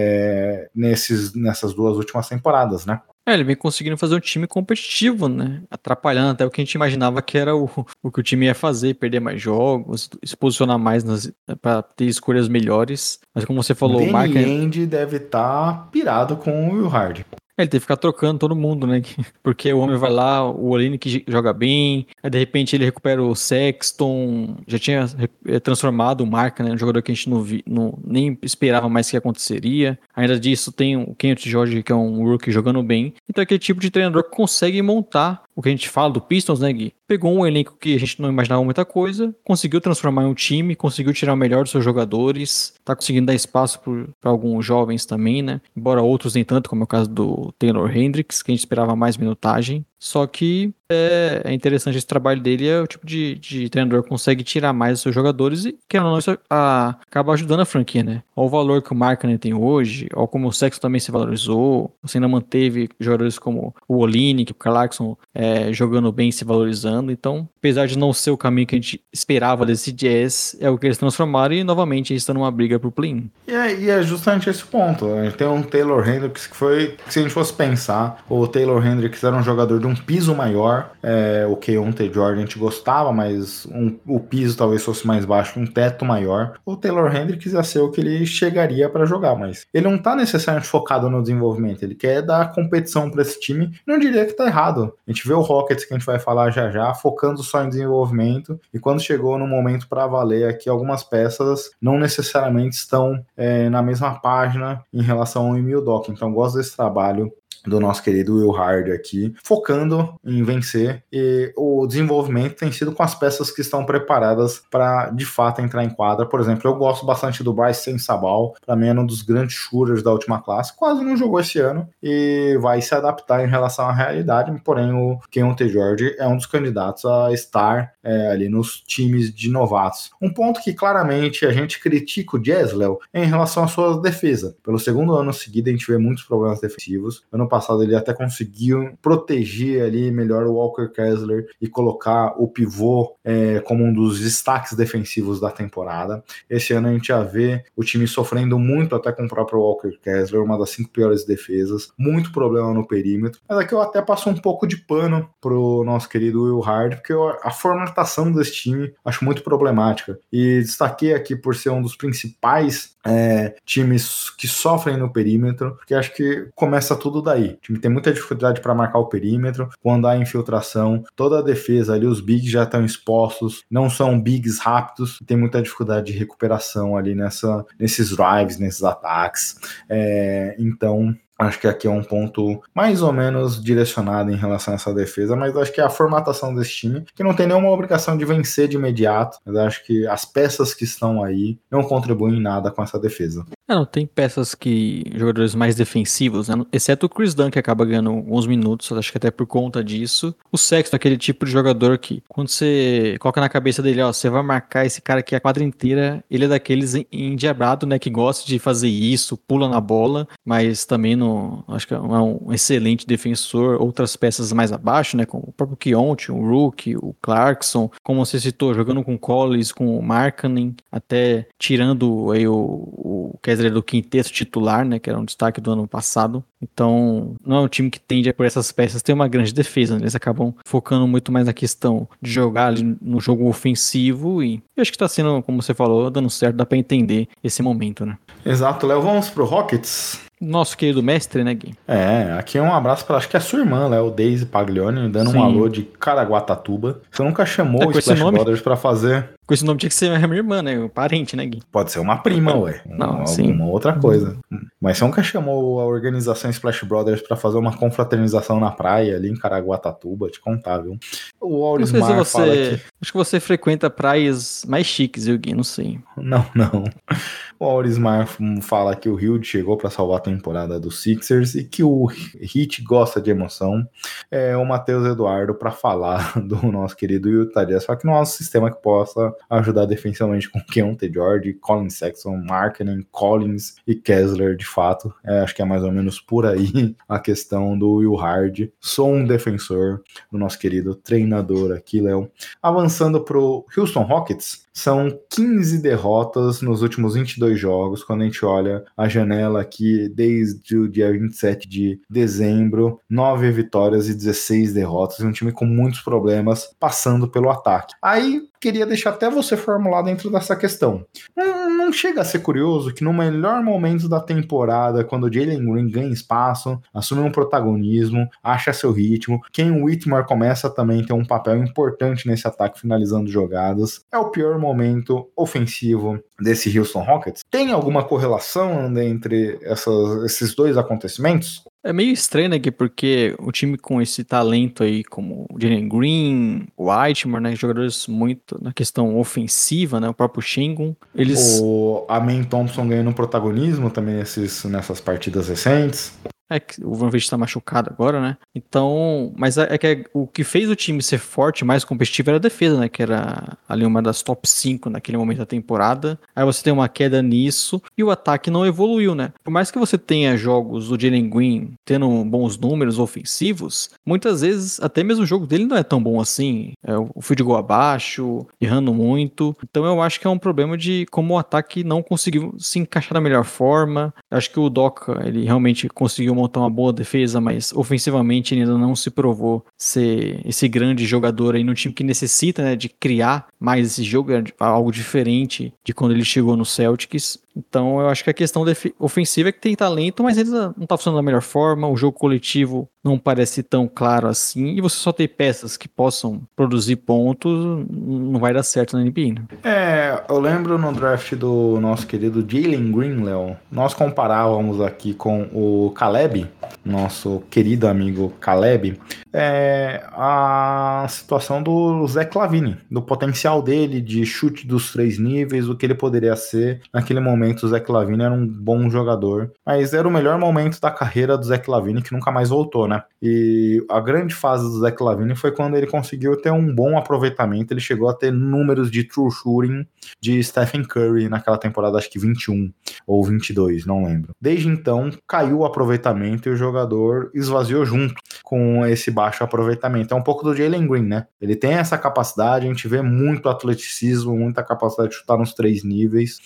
nessas 2 últimas temporadas, né? Ele vem conseguindo fazer um time competitivo, né? Atrapalhando até o que a gente imaginava que era o que o time ia fazer, perder mais jogos, se posicionar mais para ter escolhas melhores. Mas como você falou, o Danny Ainge deve estar pirado com o Will Hard. Ele teve que ficar trocando todo mundo, né? Porque o homem vai lá, o Olynyk joga bem, aí de repente ele recupera o Sexton, já tinha transformado o Markkanen, um jogador que a gente nem esperava mais que aconteceria. Ainda disso tem o Kent George, que é um rookie jogando bem. Então é aquele tipo de treinador que consegue montar o que a gente fala do Pistons, né, Gui? Pegou um elenco que a gente não imaginava muita coisa, conseguiu transformar em um time, conseguiu tirar o melhor dos seus jogadores, tá conseguindo dar espaço para alguns jovens também, né? Embora outros nem tanto, como é o caso do Taylor Hendricks, que a gente esperava mais minutagem. Só que é interessante esse trabalho dele, é o tipo de treinador que consegue tirar mais dos seus jogadores e, que não, isso acaba ajudando a franquia, né? Olha o valor que o Markkanen tem hoje, olha como o Sexton também se valorizou, você ainda manteve jogadores como o Olynyk, o Clarkson jogando bem, se valorizando. Então, apesar de não ser o caminho que a gente esperava desse Jazz, é o que eles transformaram e novamente eles estão numa briga pro play-in. E é justamente esse ponto. A gente tem um Taylor Hendricks que foi, se a gente fosse pensar, o Taylor Hendricks era um jogador de um piso maior, o Keyonte George a gente gostava, mas o piso talvez fosse mais baixo, um teto maior. O Taylor Hendricks ia ser o que ele chegaria para jogar, mas ele não tá necessariamente focado no desenvolvimento, ele quer dar competição para esse time. Não diria que tá errado. A gente vê o Rockets, que a gente vai falar já, focando só em desenvolvimento, e quando chegou no momento para valer aqui, algumas peças não necessariamente estão na mesma página em relação ao Emil Doc. Então gosto desse trabalho do nosso querido Will Hard aqui, focando em vencer, e o desenvolvimento tem sido com as peças que estão preparadas para de fato entrar em quadra. Por exemplo, eu gosto bastante do Bryce Sensabaugh, para mim é um dos grandes shooters da última classe, quase não jogou esse ano e vai se adaptar em relação à realidade, porém o Keyonte George é um dos candidatos a estar ali nos times de novatos. Um ponto que claramente a gente critica o Jazz, Léo, é em relação à sua defesa. Pelo segundo ano seguido a gente vê muitos problemas defensivos. Ano passado ele até conseguiu proteger ali melhor o Walker Kessler e colocar o pivô como um dos destaques defensivos da temporada. Esse ano a gente já vê o time sofrendo muito até com o próprio Walker Kessler, uma das 5 piores defesas, muito problema no perímetro. Mas aqui eu até passo um pouco de pano pro nosso querido Will Hard, porque a formatação desse time acho muito problemática. E destaquei aqui por ser um dos principais times que sofrem no perímetro, porque acho que começa tudo daí. O time tem muita dificuldade para marcar o perímetro, quando há infiltração, toda a defesa ali, os bigs já estão expostos, não são bigs rápidos, tem muita dificuldade de recuperação ali nesses drives, nesses ataques. Então acho que aqui é um ponto mais ou menos direcionado em relação a essa defesa, mas acho que é a formatação desse time, que não tem nenhuma obrigação de vencer de imediato, mas acho que as peças que estão aí não contribuem em nada com essa defesa. Não tem peças jogadores mais defensivos, né? Exceto o Chris Dunn, que acaba ganhando alguns minutos, acho que até por conta disso. O Sexton é aquele tipo de jogador que, quando você coloca na cabeça dele, você vai marcar esse cara aqui a quadra inteira, ele é daqueles endiabrado, né, que gosta de fazer isso, pula na bola, mas também acho que é um excelente defensor. Outras peças mais abaixo, né, como o próprio Keyonte, o Rookie, o Clarkson, como você citou, jogando com o Collins, com o Markkanen, até tirando aí o Kessler do quinteto titular, né, que era um destaque do ano passado. Então, não é um time que tende a, por essas peças, ter uma grande defesa, né? Eles acabam focando muito mais na questão de jogar ali no jogo ofensivo e eu acho que tá sendo, como você falou, dando certo, dá pra entender esse momento, né? Exato, Léo. Vamos pro Rockets? Nosso querido mestre, né, Gui? Aqui é um abraço para acho que é a sua irmã, Léo Daisy Paglioni, dando Sim. um alô de Caraguatatuba. Você nunca chamou o com esse Splash nome? Brothers pra fazer? Com esse nome tinha que ser a minha irmã, né? O parente, né, Gui? Pode ser uma prima, ué. Não, sim. Alguma outra coisa. Mas você nunca chamou a organização Splash Brothers pra fazer uma confraternização na praia ali em Caraguatatuba? Te contar, viu? O Não sei se Aurismar fala que... Acho que você frequenta praias mais chiques, viu, Gui? Não sei. Não. O Aurismar fala que o Hild chegou para salvar a temporada dos Sixers e que o Heat gosta de emoção. O Matheus Eduardo para falar do nosso querido Utah Jazz, só que não há um sistema que possa ajudar defensivamente com Keontae George, Colin Sexton, Markkanen, Collins e Kessler, de fato. Acho que é mais ou menos por aí a questão do Will Hard. Sou um defensor do nosso querido treinador aqui, Léo. Avançando pro Houston Rockets, são 15 derrotas nos últimos 22 jogos, quando a gente olha a janela aqui desde o dia 27 de dezembro, 9 vitórias e 16 derrotas, um time com muitos problemas passando pelo ataque. Aí, queria deixar até você formular dentro dessa questão. Não chega a ser curioso que no melhor momento da temporada, quando o Jalen Green ganha espaço, assume um protagonismo, acha seu ritmo, Ken Whitmore começa também a ter um papel importante nesse ataque finalizando jogadas, é o pior momento ofensivo desse Houston Rockets? Tem alguma correlação entre esses dois acontecimentos? É meio estranho, né, Gui? Porque o time com esse talento aí, como o Jalen Green, o Whitmore, né, jogadores muito na questão ofensiva, né, o próprio Sengun, eles... O Amen Thompson ganhando protagonismo também nessas partidas recentes. Que o Van Vliet tá machucado agora, né? Então, mas o que fez o time ser forte, mais competitivo, era a defesa, né? Que era ali uma das top 5 naquele momento da temporada. Aí você tem uma queda nisso e o ataque não evoluiu, né? Por mais que você tenha jogos do Jalen Green tendo bons números ofensivos, muitas vezes até mesmo o jogo dele não é tão bom assim. O field goal abaixo, errando muito. Então eu acho que é um problema de como o ataque não conseguiu se encaixar da melhor forma. Acho que o Doca, ele realmente conseguiu montar uma boa defesa, mas ofensivamente ele ainda não se provou ser esse grande jogador aí no time que necessita, né, de criar mais esse jogo, algo diferente de quando ele chegou no Celtics. Então eu acho que a questão ofensiva é que tem talento, mas ainda não tá funcionando da melhor forma, o jogo coletivo não parece tão claro assim, e você só ter peças que possam produzir pontos, não vai dar certo na NBA, né? Eu lembro no draft do nosso querido Jalen Green, Léo, nós comparávamos aqui com o Caleb, nosso querido amigo Caleb, a situação do Zach LaVine, do potencial dele de chute dos 3 níveis, o que ele poderia ser. Naquele momento o Zach LaVine era um bom jogador, mas era o melhor momento da carreira do Zach LaVine, que nunca mais voltou, né? E a grande fase do Zach LaVine foi quando ele conseguiu ter um bom aproveitamento, ele chegou a ter números de true shooting de Stephen Curry naquela temporada, acho que 21 ou 22, não lembro. Desde então, caiu o aproveitamento e o jogador esvaziou junto com esse baixo aproveitamento. É um pouco do Jalen Green, né? Ele tem essa capacidade, a gente vê muito atleticismo, muita capacidade de chutar nos 3 níveis,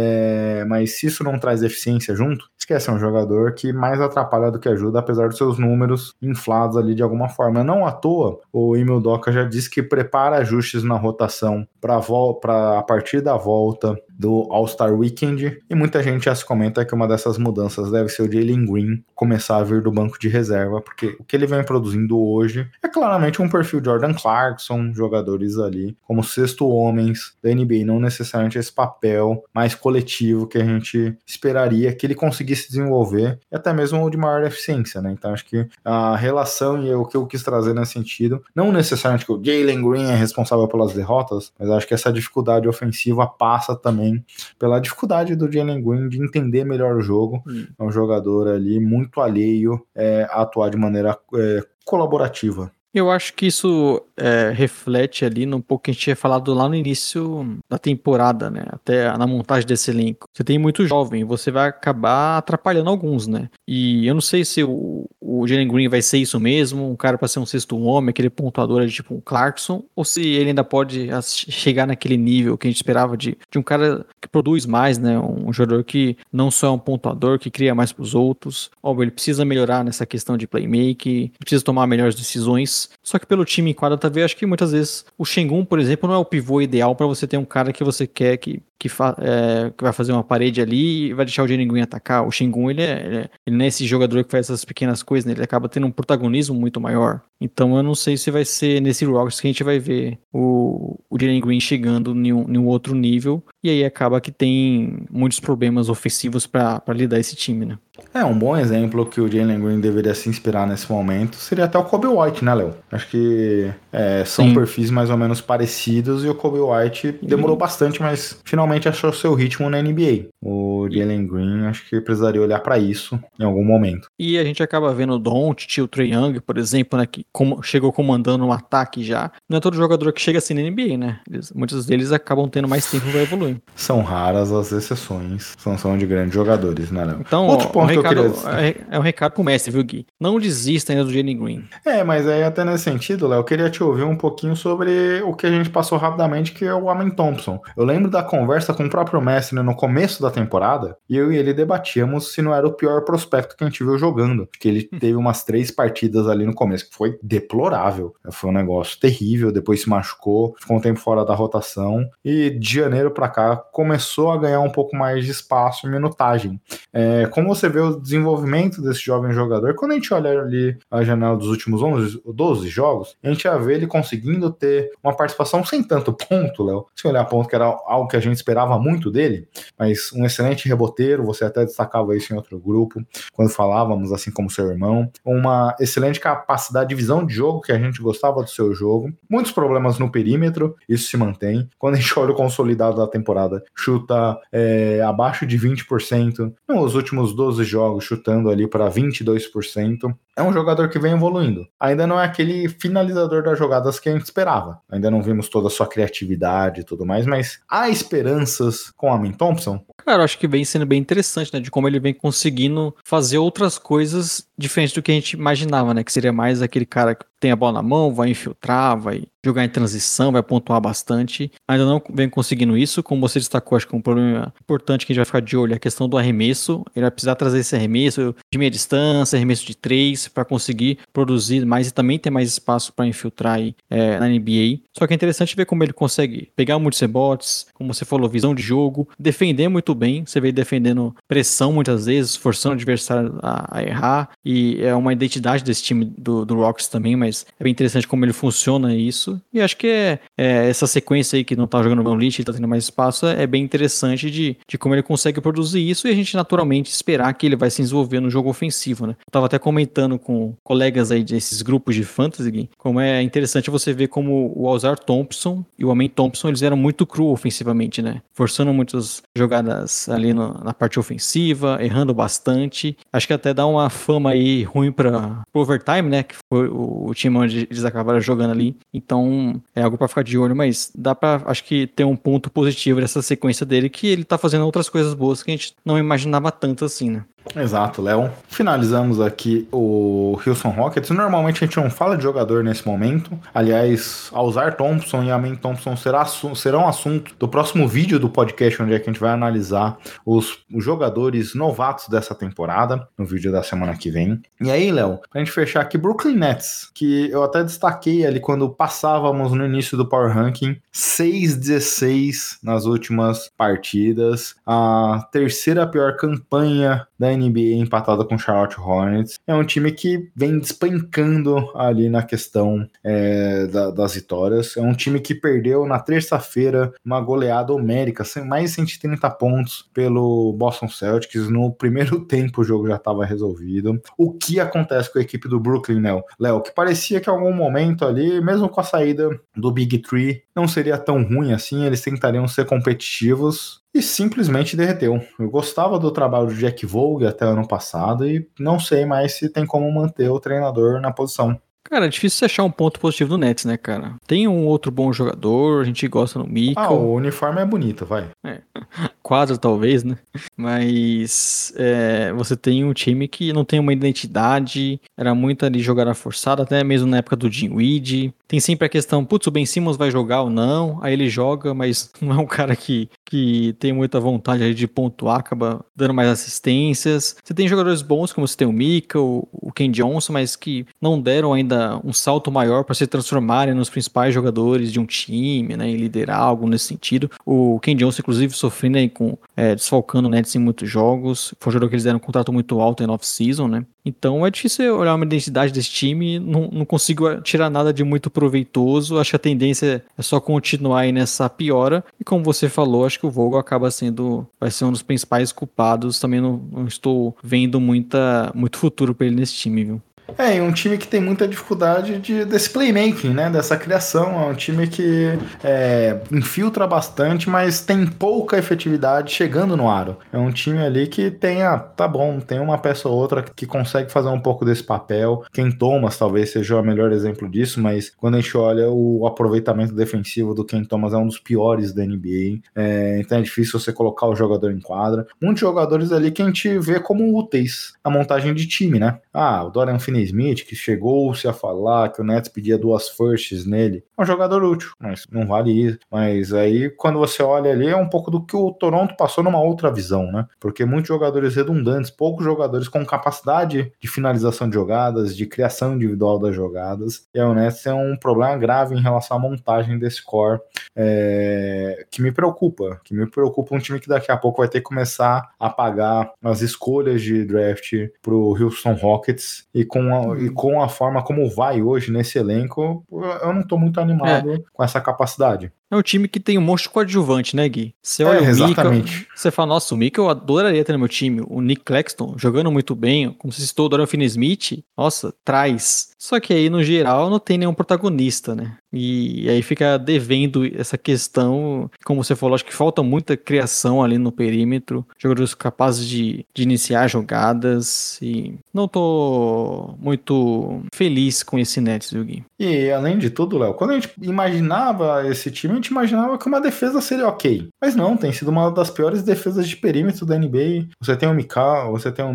mas se isso não traz eficiência junto, esquece, é um jogador que mais atrapalha do que ajuda, apesar dos seus números inflados ali de alguma forma. Não à toa, o Emil Doca já disse que prepara ajustes na rotação para a partir da volta do All-Star Weekend, e muita gente já se comenta que uma dessas mudanças deve ser o Jalen Green começar a vir do banco de reserva, porque o que ele vem produzindo hoje é claramente um perfil Jordan Clarkson, jogadores ali como sexto homens da NBA, não necessariamente esse papel mais coletivo que a gente esperaria que ele conseguisse desenvolver, e até mesmo o de maior eficiência, né? Então acho que a relação e o que eu quis trazer nesse sentido, não necessariamente que o Jalen Green é responsável pelas derrotas, mas acho que essa dificuldade ofensiva passa também pela dificuldade do Jalen Green de entender melhor o jogo. É um jogador ali muito alheio a atuar de maneira colaborativa. Eu acho que isso reflete ali no pouco que a gente tinha falado lá no início da temporada, né? Até na montagem desse elenco. Você tem muito jovem, você vai acabar atrapalhando alguns, né? E eu não sei se o Jalen Green vai ser isso mesmo, um cara para ser um sexto homem, aquele pontuador de tipo um Clarkson, ou se ele ainda pode chegar naquele nível que a gente esperava de um cara que produz mais, né? Um jogador que não só é um pontuador, que cria mais pros outros. Óbvio, ele precisa melhorar nessa questão de playmaking, precisa tomar melhores decisões, jogadores. Só que pelo time em quadra também, acho que muitas vezes o Şengün, por exemplo, não é o pivô ideal para você ter um cara que você quer que vai fazer uma parede ali e vai deixar o Jalen Green atacar. O Şengün, ele não é esse jogador que faz essas pequenas coisas, né? Ele acaba tendo um protagonismo muito maior. Então eu não sei se vai ser nesse Rockets que a gente vai ver o Jalen Green chegando em um outro nível, e aí acaba que tem muitos problemas ofensivos para lidar esse time, né? Um bom exemplo que o Jalen Green deveria se inspirar nesse momento seria até o Kobe White, né, Léo? Acho que são perfis mais ou menos parecidos, e o Kobe White demorou bastante, mas finalmente achou seu ritmo na NBA. O Jalen Green, acho que precisaria olhar para isso em algum momento. E a gente acaba vendo o Doncic, o Trae Young, por exemplo, né, que chegou comandando um ataque já. Não é todo jogador que chega assim na NBA, né? Muitos deles acabam tendo mais tempo para evoluir. São raras as exceções, são de grandes jogadores, né, Léo? Então, outro ponto é um recado pro mestre, viu, Gui? Não desista ainda do Jalen Green. Mas aí até nesse sentido, Léo, eu queria te ouvir um pouquinho sobre o que a gente passou rapidamente, que é o Amen Thompson. Eu lembro da conversa com o próprio mestre no começo da temporada, e eu e ele debatíamos se não era o pior prospecto que a gente viu jogando, porque ele teve umas 3 partidas ali no começo, que foi deplorável. Foi um negócio terrível, depois se machucou, ficou um tempo fora da rotação, e de janeiro pra cá começou a ganhar um pouco mais de espaço e minutagem. Como você vê o desenvolvimento desse jovem jogador? Quando a gente olha ali a janela dos últimos 12 jogos, a gente já vê ele conseguindo ter uma participação sem tanto ponto, Léo. Se olhar ponto, que era algo que a gente esperava muito dele, mas um excelente reboteiro, você até destacava isso em outro grupo, quando falávamos, assim como seu irmão, uma excelente capacidade de visão de jogo, que a gente gostava do seu jogo, muitos problemas no perímetro, isso se mantém. Quando a gente olha o consolidado da temporada, chuta abaixo de 20%, nos últimos 12 jogos chutando ali para 22%. É um jogador que vem evoluindo. Ainda não é aquele finalizador das jogadas que a gente esperava. Ainda não vimos toda a sua criatividade e tudo mais, mas há esperanças com o Amen Thompson? Cara, eu acho que vem sendo bem interessante, né? De como ele vem conseguindo fazer outras coisas diferentes do que a gente imaginava, né? Que seria mais aquele cara que tem a bola na mão, vai infiltrar, vai jogar em transição, vai pontuar bastante. Ainda não vem conseguindo isso. Como você destacou, acho que um problema importante que a gente vai ficar de olho é a questão do arremesso. Ele vai precisar trazer esse arremesso de meia distância, arremesso de 3, para conseguir produzir mais e também ter mais espaço para infiltrar aí, na NBA. Só que é interessante ver como ele consegue pegar muitos rebotes, como você falou, visão de jogo, defender muito bem. Você vê ele defendendo pressão muitas vezes, forçando o adversário a errar. E é uma identidade desse time do Rockets também, mas é bem interessante como ele funciona isso. E acho que essa sequência aí que não tá jogando no League, tá tendo mais espaço, é bem interessante de como ele consegue produzir isso, e a gente naturalmente esperar que ele vai se desenvolver no jogo ofensivo, né? Eu tava até comentando com colegas aí desses grupos de fantasy, como é interessante você ver como o Ausar Thompson e o Amen Thompson, eles eram muito cru ofensivamente, né? Forçando muitas jogadas ali na parte ofensiva, errando bastante. Acho que até dá uma fama aí ruim para overtime, né? Que foi o time onde eles acabaram jogando ali. Então é algo para ficar de olho, mas dá para, acho que, ter um ponto positivo dessa sequência dele, que ele tá fazendo outras coisas boas que a gente não imaginava tanto assim, né? Exato, Léo. Finalizamos aqui o Houston Rockets. Normalmente a gente não fala de jogador nesse momento. Aliás, Ausar Thompson e Amen Thompson serão assunto do próximo vídeo do podcast, onde é que a gente vai analisar os jogadores novatos dessa temporada, no vídeo da semana que vem. E aí, Léo, pra gente fechar aqui, Brooklyn Nets, que eu até destaquei ali quando passávamos no início do Power Ranking, 6-16 nas últimas partidas, a terceira pior campanha da NBA empatada com o Charlotte Hornets. É um time que vem despencando ali na questão das vitórias. É um time que perdeu na terça-feira uma goleada homérica, mais de 130 pontos pelo Boston Celtics. No primeiro tempo o jogo já estava resolvido. O que acontece com a equipe do Brooklyn, Léo? Que parecia que em algum momento ali, mesmo com a saída do Big Three, não seria tão ruim assim, eles tentariam ser competitivos, e simplesmente derreteu. Eu gostava do trabalho do Jack Vaughn até ano passado e não sei mais se tem como manter o treinador na posição. Cara, é difícil achar um ponto positivo do Nets, né, cara? Tem um outro bom jogador, a gente gosta no Michael. O uniforme é bonito, vai. quadra, talvez, né? Mas você tem um time que não tem uma identidade, era muito ali jogada forçada, até mesmo na época do Dinwiddie. Tem sempre a questão, putz, o Ben Simmons vai jogar ou não? Aí ele joga, mas não é um cara que tem muita vontade ali de pontuar, acaba dando mais assistências. Você tem jogadores bons, como você tem o Mika, o Ken Johnson, mas que não deram ainda um salto maior para se transformarem nos principais jogadores de um time, né, e liderar algo nesse sentido. O Ken Johnson, inclusive, sofrendo aí com desfalcando o Nets em muitos jogos. Foi um jogador que eles deram um contrato muito alto em off-season, né? Então é difícil olhar uma identidade desse time, não consigo tirar nada de muito proveitoso. Acho que a tendência é só continuar aí nessa piora. E como você falou, acho que o Vogel vai ser um dos principais culpados. Também não estou vendo muito futuro para ele nesse time, viu? E um time que tem muita dificuldade desse playmaking, né? Dessa criação. É um time que infiltra bastante, mas tem pouca efetividade chegando no aro. É um time ali que tem uma peça ou outra que consegue fazer um pouco desse papel. Ken Thomas talvez seja o melhor exemplo disso, mas quando a gente olha o aproveitamento defensivo do Ken Thomas é um dos piores da NBA. Então é difícil você colocar o jogador em quadra. Muitos jogadores ali que a gente vê como úteis na montagem de time, né? O Dorian Finney-Smith, que chegou-se a falar que o Nets pedia 2 firsts nele, é um jogador útil, mas não vale isso. Mas aí, quando você olha ali, é um pouco do que o Toronto passou numa outra visão, né? Porque muitos jogadores redundantes, poucos jogadores com capacidade de finalização de jogadas, de criação individual das jogadas, e o Nets tem um problema grave em relação à montagem desse core, que me preocupa um time que daqui a pouco vai ter que começar a pagar as escolhas de draft pro Houston Rockets, e com a forma como vai hoje nesse elenco, eu não tô muito animado com essa capacidade. É um time que tem um monte de coadjuvante, né, Gui? Você olha o exatamente. Mika, você fala, nossa, o Mika eu adoraria ter no meu time. O Nick Claxton jogando muito bem, como se citou o Dorian Finney-Smith, nossa, traz. Só que aí, no geral, não tem nenhum protagonista, né? E aí fica devendo essa questão, como você falou, acho que falta muita criação ali no perímetro, jogadores capazes de iniciar jogadas, e não tô muito feliz com esse Nets, viu, Gui? E além de tudo, Léo, quando a gente imaginava esse time, a gente imaginava que uma defesa seria ok. Mas não, tem sido uma das piores defesas de perímetro da NBA. Você tem o Mikal,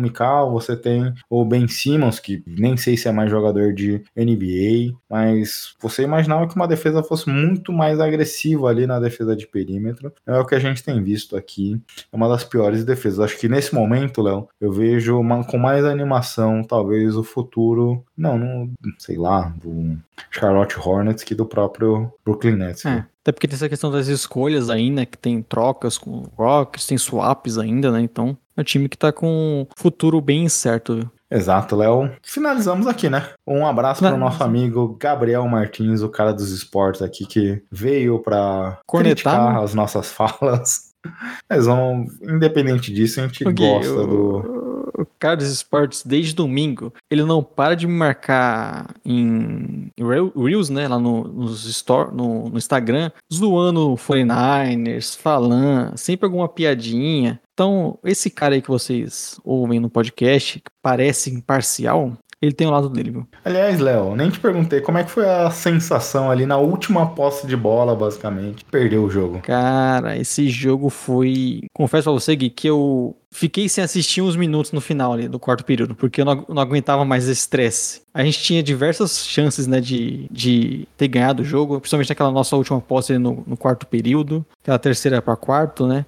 você tem o Ben Simmons, que nem sei se é mais jogador de NBA, mas você imaginava que uma defesa fosse muito mais agressiva ali na defesa de perímetro. É o que a gente tem visto aqui. É uma das piores defesas. Acho que nesse momento, Léo, eu vejo com mais animação, talvez, o futuro, sei lá, do Charlotte Hornets que do próprio Brooklyn Nets. Até porque tem essa questão das escolhas ainda, que tem trocas com o Rockets, tem swaps ainda, né? Então é um time que tá com um futuro bem incerto, viu? Exato, Léo. Finalizamos aqui, né? Um abraço para o nosso amigo Gabriel Martins, o cara dos esportes aqui, que veio para criticar as nossas falas. Mas independente disso, a gente gosta O cara dos esportes, desde domingo, ele não para de me marcar em Reels, né, lá no Instagram, zoando o 49ers, falando, sempre alguma piadinha. Então, esse cara aí que vocês ouvem no podcast, que parece imparcial, ele tem o lado dele, viu? Aliás, Léo, nem te perguntei como é que foi a sensação ali na última posse de bola, basicamente. Perdeu o jogo. Cara, esse jogo foi... Confesso pra você, Gui, que eu fiquei sem assistir uns minutos no final ali, do quarto período, porque eu não aguentava mais esse estresse. A gente tinha diversas chances, né, de ter ganhado o jogo, principalmente naquela nossa última posse ali no quarto período, aquela terceira para quarto, né,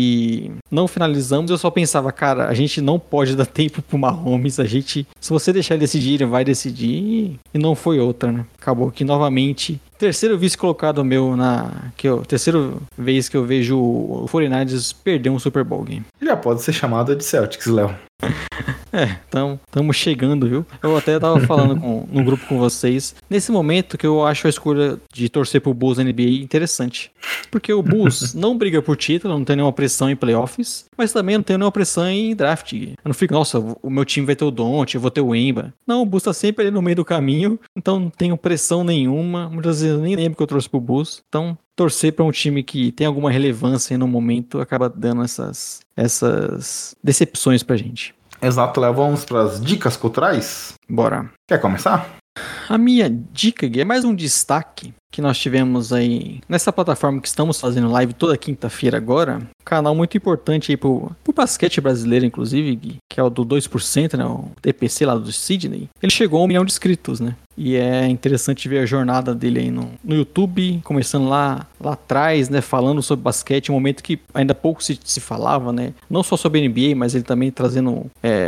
e não finalizamos. Eu só pensava, cara, a gente não pode dar tempo pro Mahomes, se você deixar ele decidir, ele vai decidir, e não foi outra, né. Acabou que novamente... Terceiro vice-colocado meu terceira vez que eu vejo o 49ers perder um Super Bowl game. Já pode ser chamado de Celtics, Léo. Estamos chegando, viu? Eu até tava falando no grupo com vocês, nesse momento que eu acho a escolha de torcer pro Bulls na NBA interessante. Porque o Bulls não briga por título, não tem nenhuma pressão em playoffs, mas também não tem nenhuma pressão em draft. Eu não fico, nossa, o meu time vai ter o Don't, eu vou ter o Emba. Não, o Bulls tá sempre ali no meio do caminho, então não tenho pressão nenhuma. Muitas vezes eu nem lembro que eu trouxe pro Bulls. Então, torcer para um time que tem alguma relevância aí no momento acaba dando essas decepções pra gente. Exato, Léo. Vamos para as dicas culturais? Bora. Quer começar? A minha dica, Gui, é mais um destaque que nós tivemos aí nessa plataforma que estamos fazendo live toda quinta-feira agora. Um canal muito importante aí pro basquete brasileiro, inclusive, Gui, que é o do 2%, né? O DPC lá do Sydney. Ele chegou a 1 milhão de inscritos, né? E é interessante ver a jornada dele aí no YouTube, começando lá atrás, né? Falando sobre basquete, um momento que ainda pouco se falava, né? Não só sobre NBA, mas ele também trazendo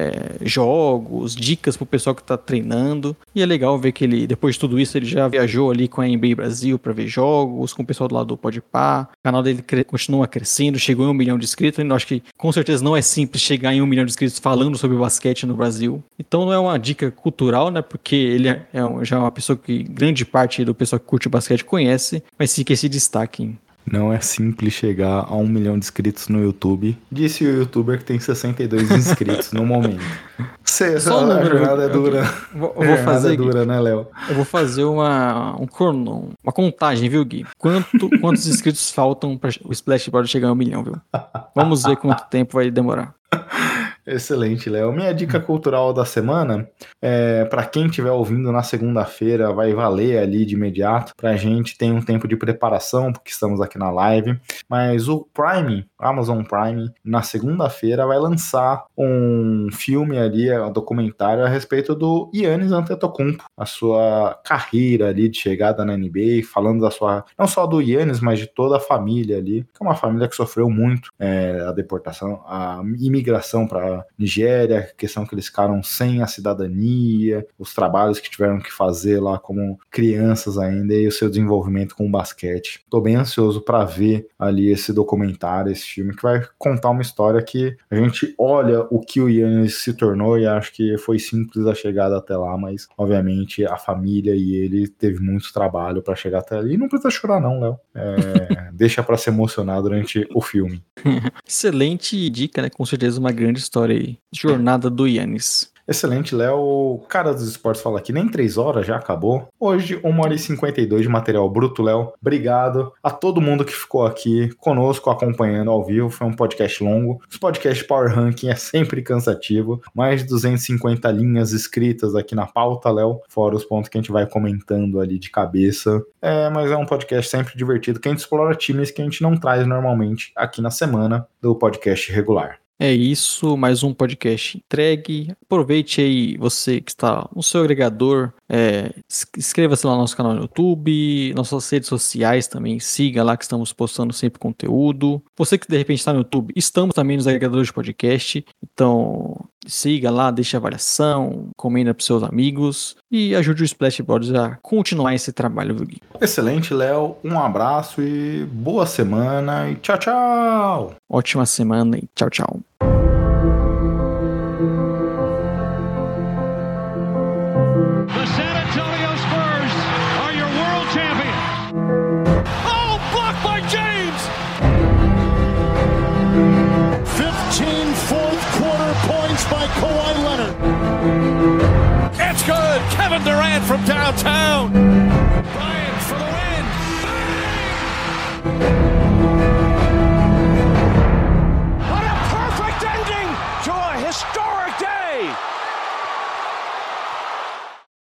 jogos, dicas pro pessoal que tá treinando. E é legal ver que ele, depois de tudo isso, ele já viajou ali com a NBA Brasil pra ver jogos, com o pessoal do lado do Podpah. O canal dele continua crescendo, chegou em 1 milhão de inscritos. Eu acho que com certeza não é simples chegar em 1 milhão de inscritos falando sobre basquete no Brasil. Então não é uma dica cultural, né? Porque ele já é uma pessoa que grande parte do pessoal que curte basquete conhece, mas fica esse destaque, hein? Não é simples chegar a 1 milhão de inscritos no YouTube, disse o youtuber que tem 62 inscritos no momento. A jornada é dura. Vou fazer, é dura, né, Léo? Eu vou fazer uma contagem, viu, Gui? Quantos inscritos faltam para o Splash Brothers chegar a 1 milhão, viu? Vamos ver quanto tempo vai demorar. Excelente, Léo. Minha dica cultural da semana, para quem estiver ouvindo na segunda-feira, vai valer ali de imediato. Pra gente tem um tempo de preparação, porque estamos aqui na live. Mas o Amazon Prime, na segunda-feira, vai lançar um filme ali, um documentário a respeito do Giannis Antetokounmpo, a sua carreira ali de chegada na NBA, falando da sua, não só do Giannis, mas de toda a família ali, que é uma família que sofreu muito a deportação, a imigração para Nigéria, a questão que eles ficaram sem a cidadania, os trabalhos que tiveram que fazer lá como crianças ainda e o seu desenvolvimento com o basquete. Tô bem ansioso para ver ali esse documentário, esse filme, que vai contar uma história que a gente olha o que o Giannis se tornou e acho que foi simples a chegada até lá, mas obviamente a família e ele teve muito trabalho para chegar até ali. E não precisa chorar não, Léo. Deixa para se emocionar durante o filme. Excelente dica, né? Com certeza uma grande história aí. Jornada do Giannis. Excelente, Léo. O cara dos esportes fala aqui, nem 3 horas já acabou. Hoje, 1h52 de material bruto, Léo. Obrigado a todo mundo que ficou aqui conosco, acompanhando ao vivo. Foi um podcast longo. Os podcasts Power Ranking é sempre cansativo. Mais de 250 linhas escritas aqui na pauta, Léo. Fora os pontos que a gente vai comentando ali de cabeça. Mas é um podcast sempre divertido, que a gente explora times que a gente não traz normalmente aqui na semana do podcast regular. É isso, mais um podcast entregue. Aproveite aí, você que está no seu agregador, inscreva-se lá no nosso canal no YouTube, nossas redes sociais também, siga lá que estamos postando sempre conteúdo. Você que de repente está no YouTube, estamos também nos agregadores de podcast, então siga lá, deixe avaliação, comenta para seus amigos e ajude o Splash Brothers a continuar esse trabalho, Gui. Excelente, Léo. Um abraço e boa semana e tchau, tchau! Ótima semana e tchau, tchau. The San Antonio Spurs are your world champions. Oh, blocked by James! 15 fourth quarter points by Kawhi Leonard. It's good. Kevin Durant from downtown. Bryant for the win.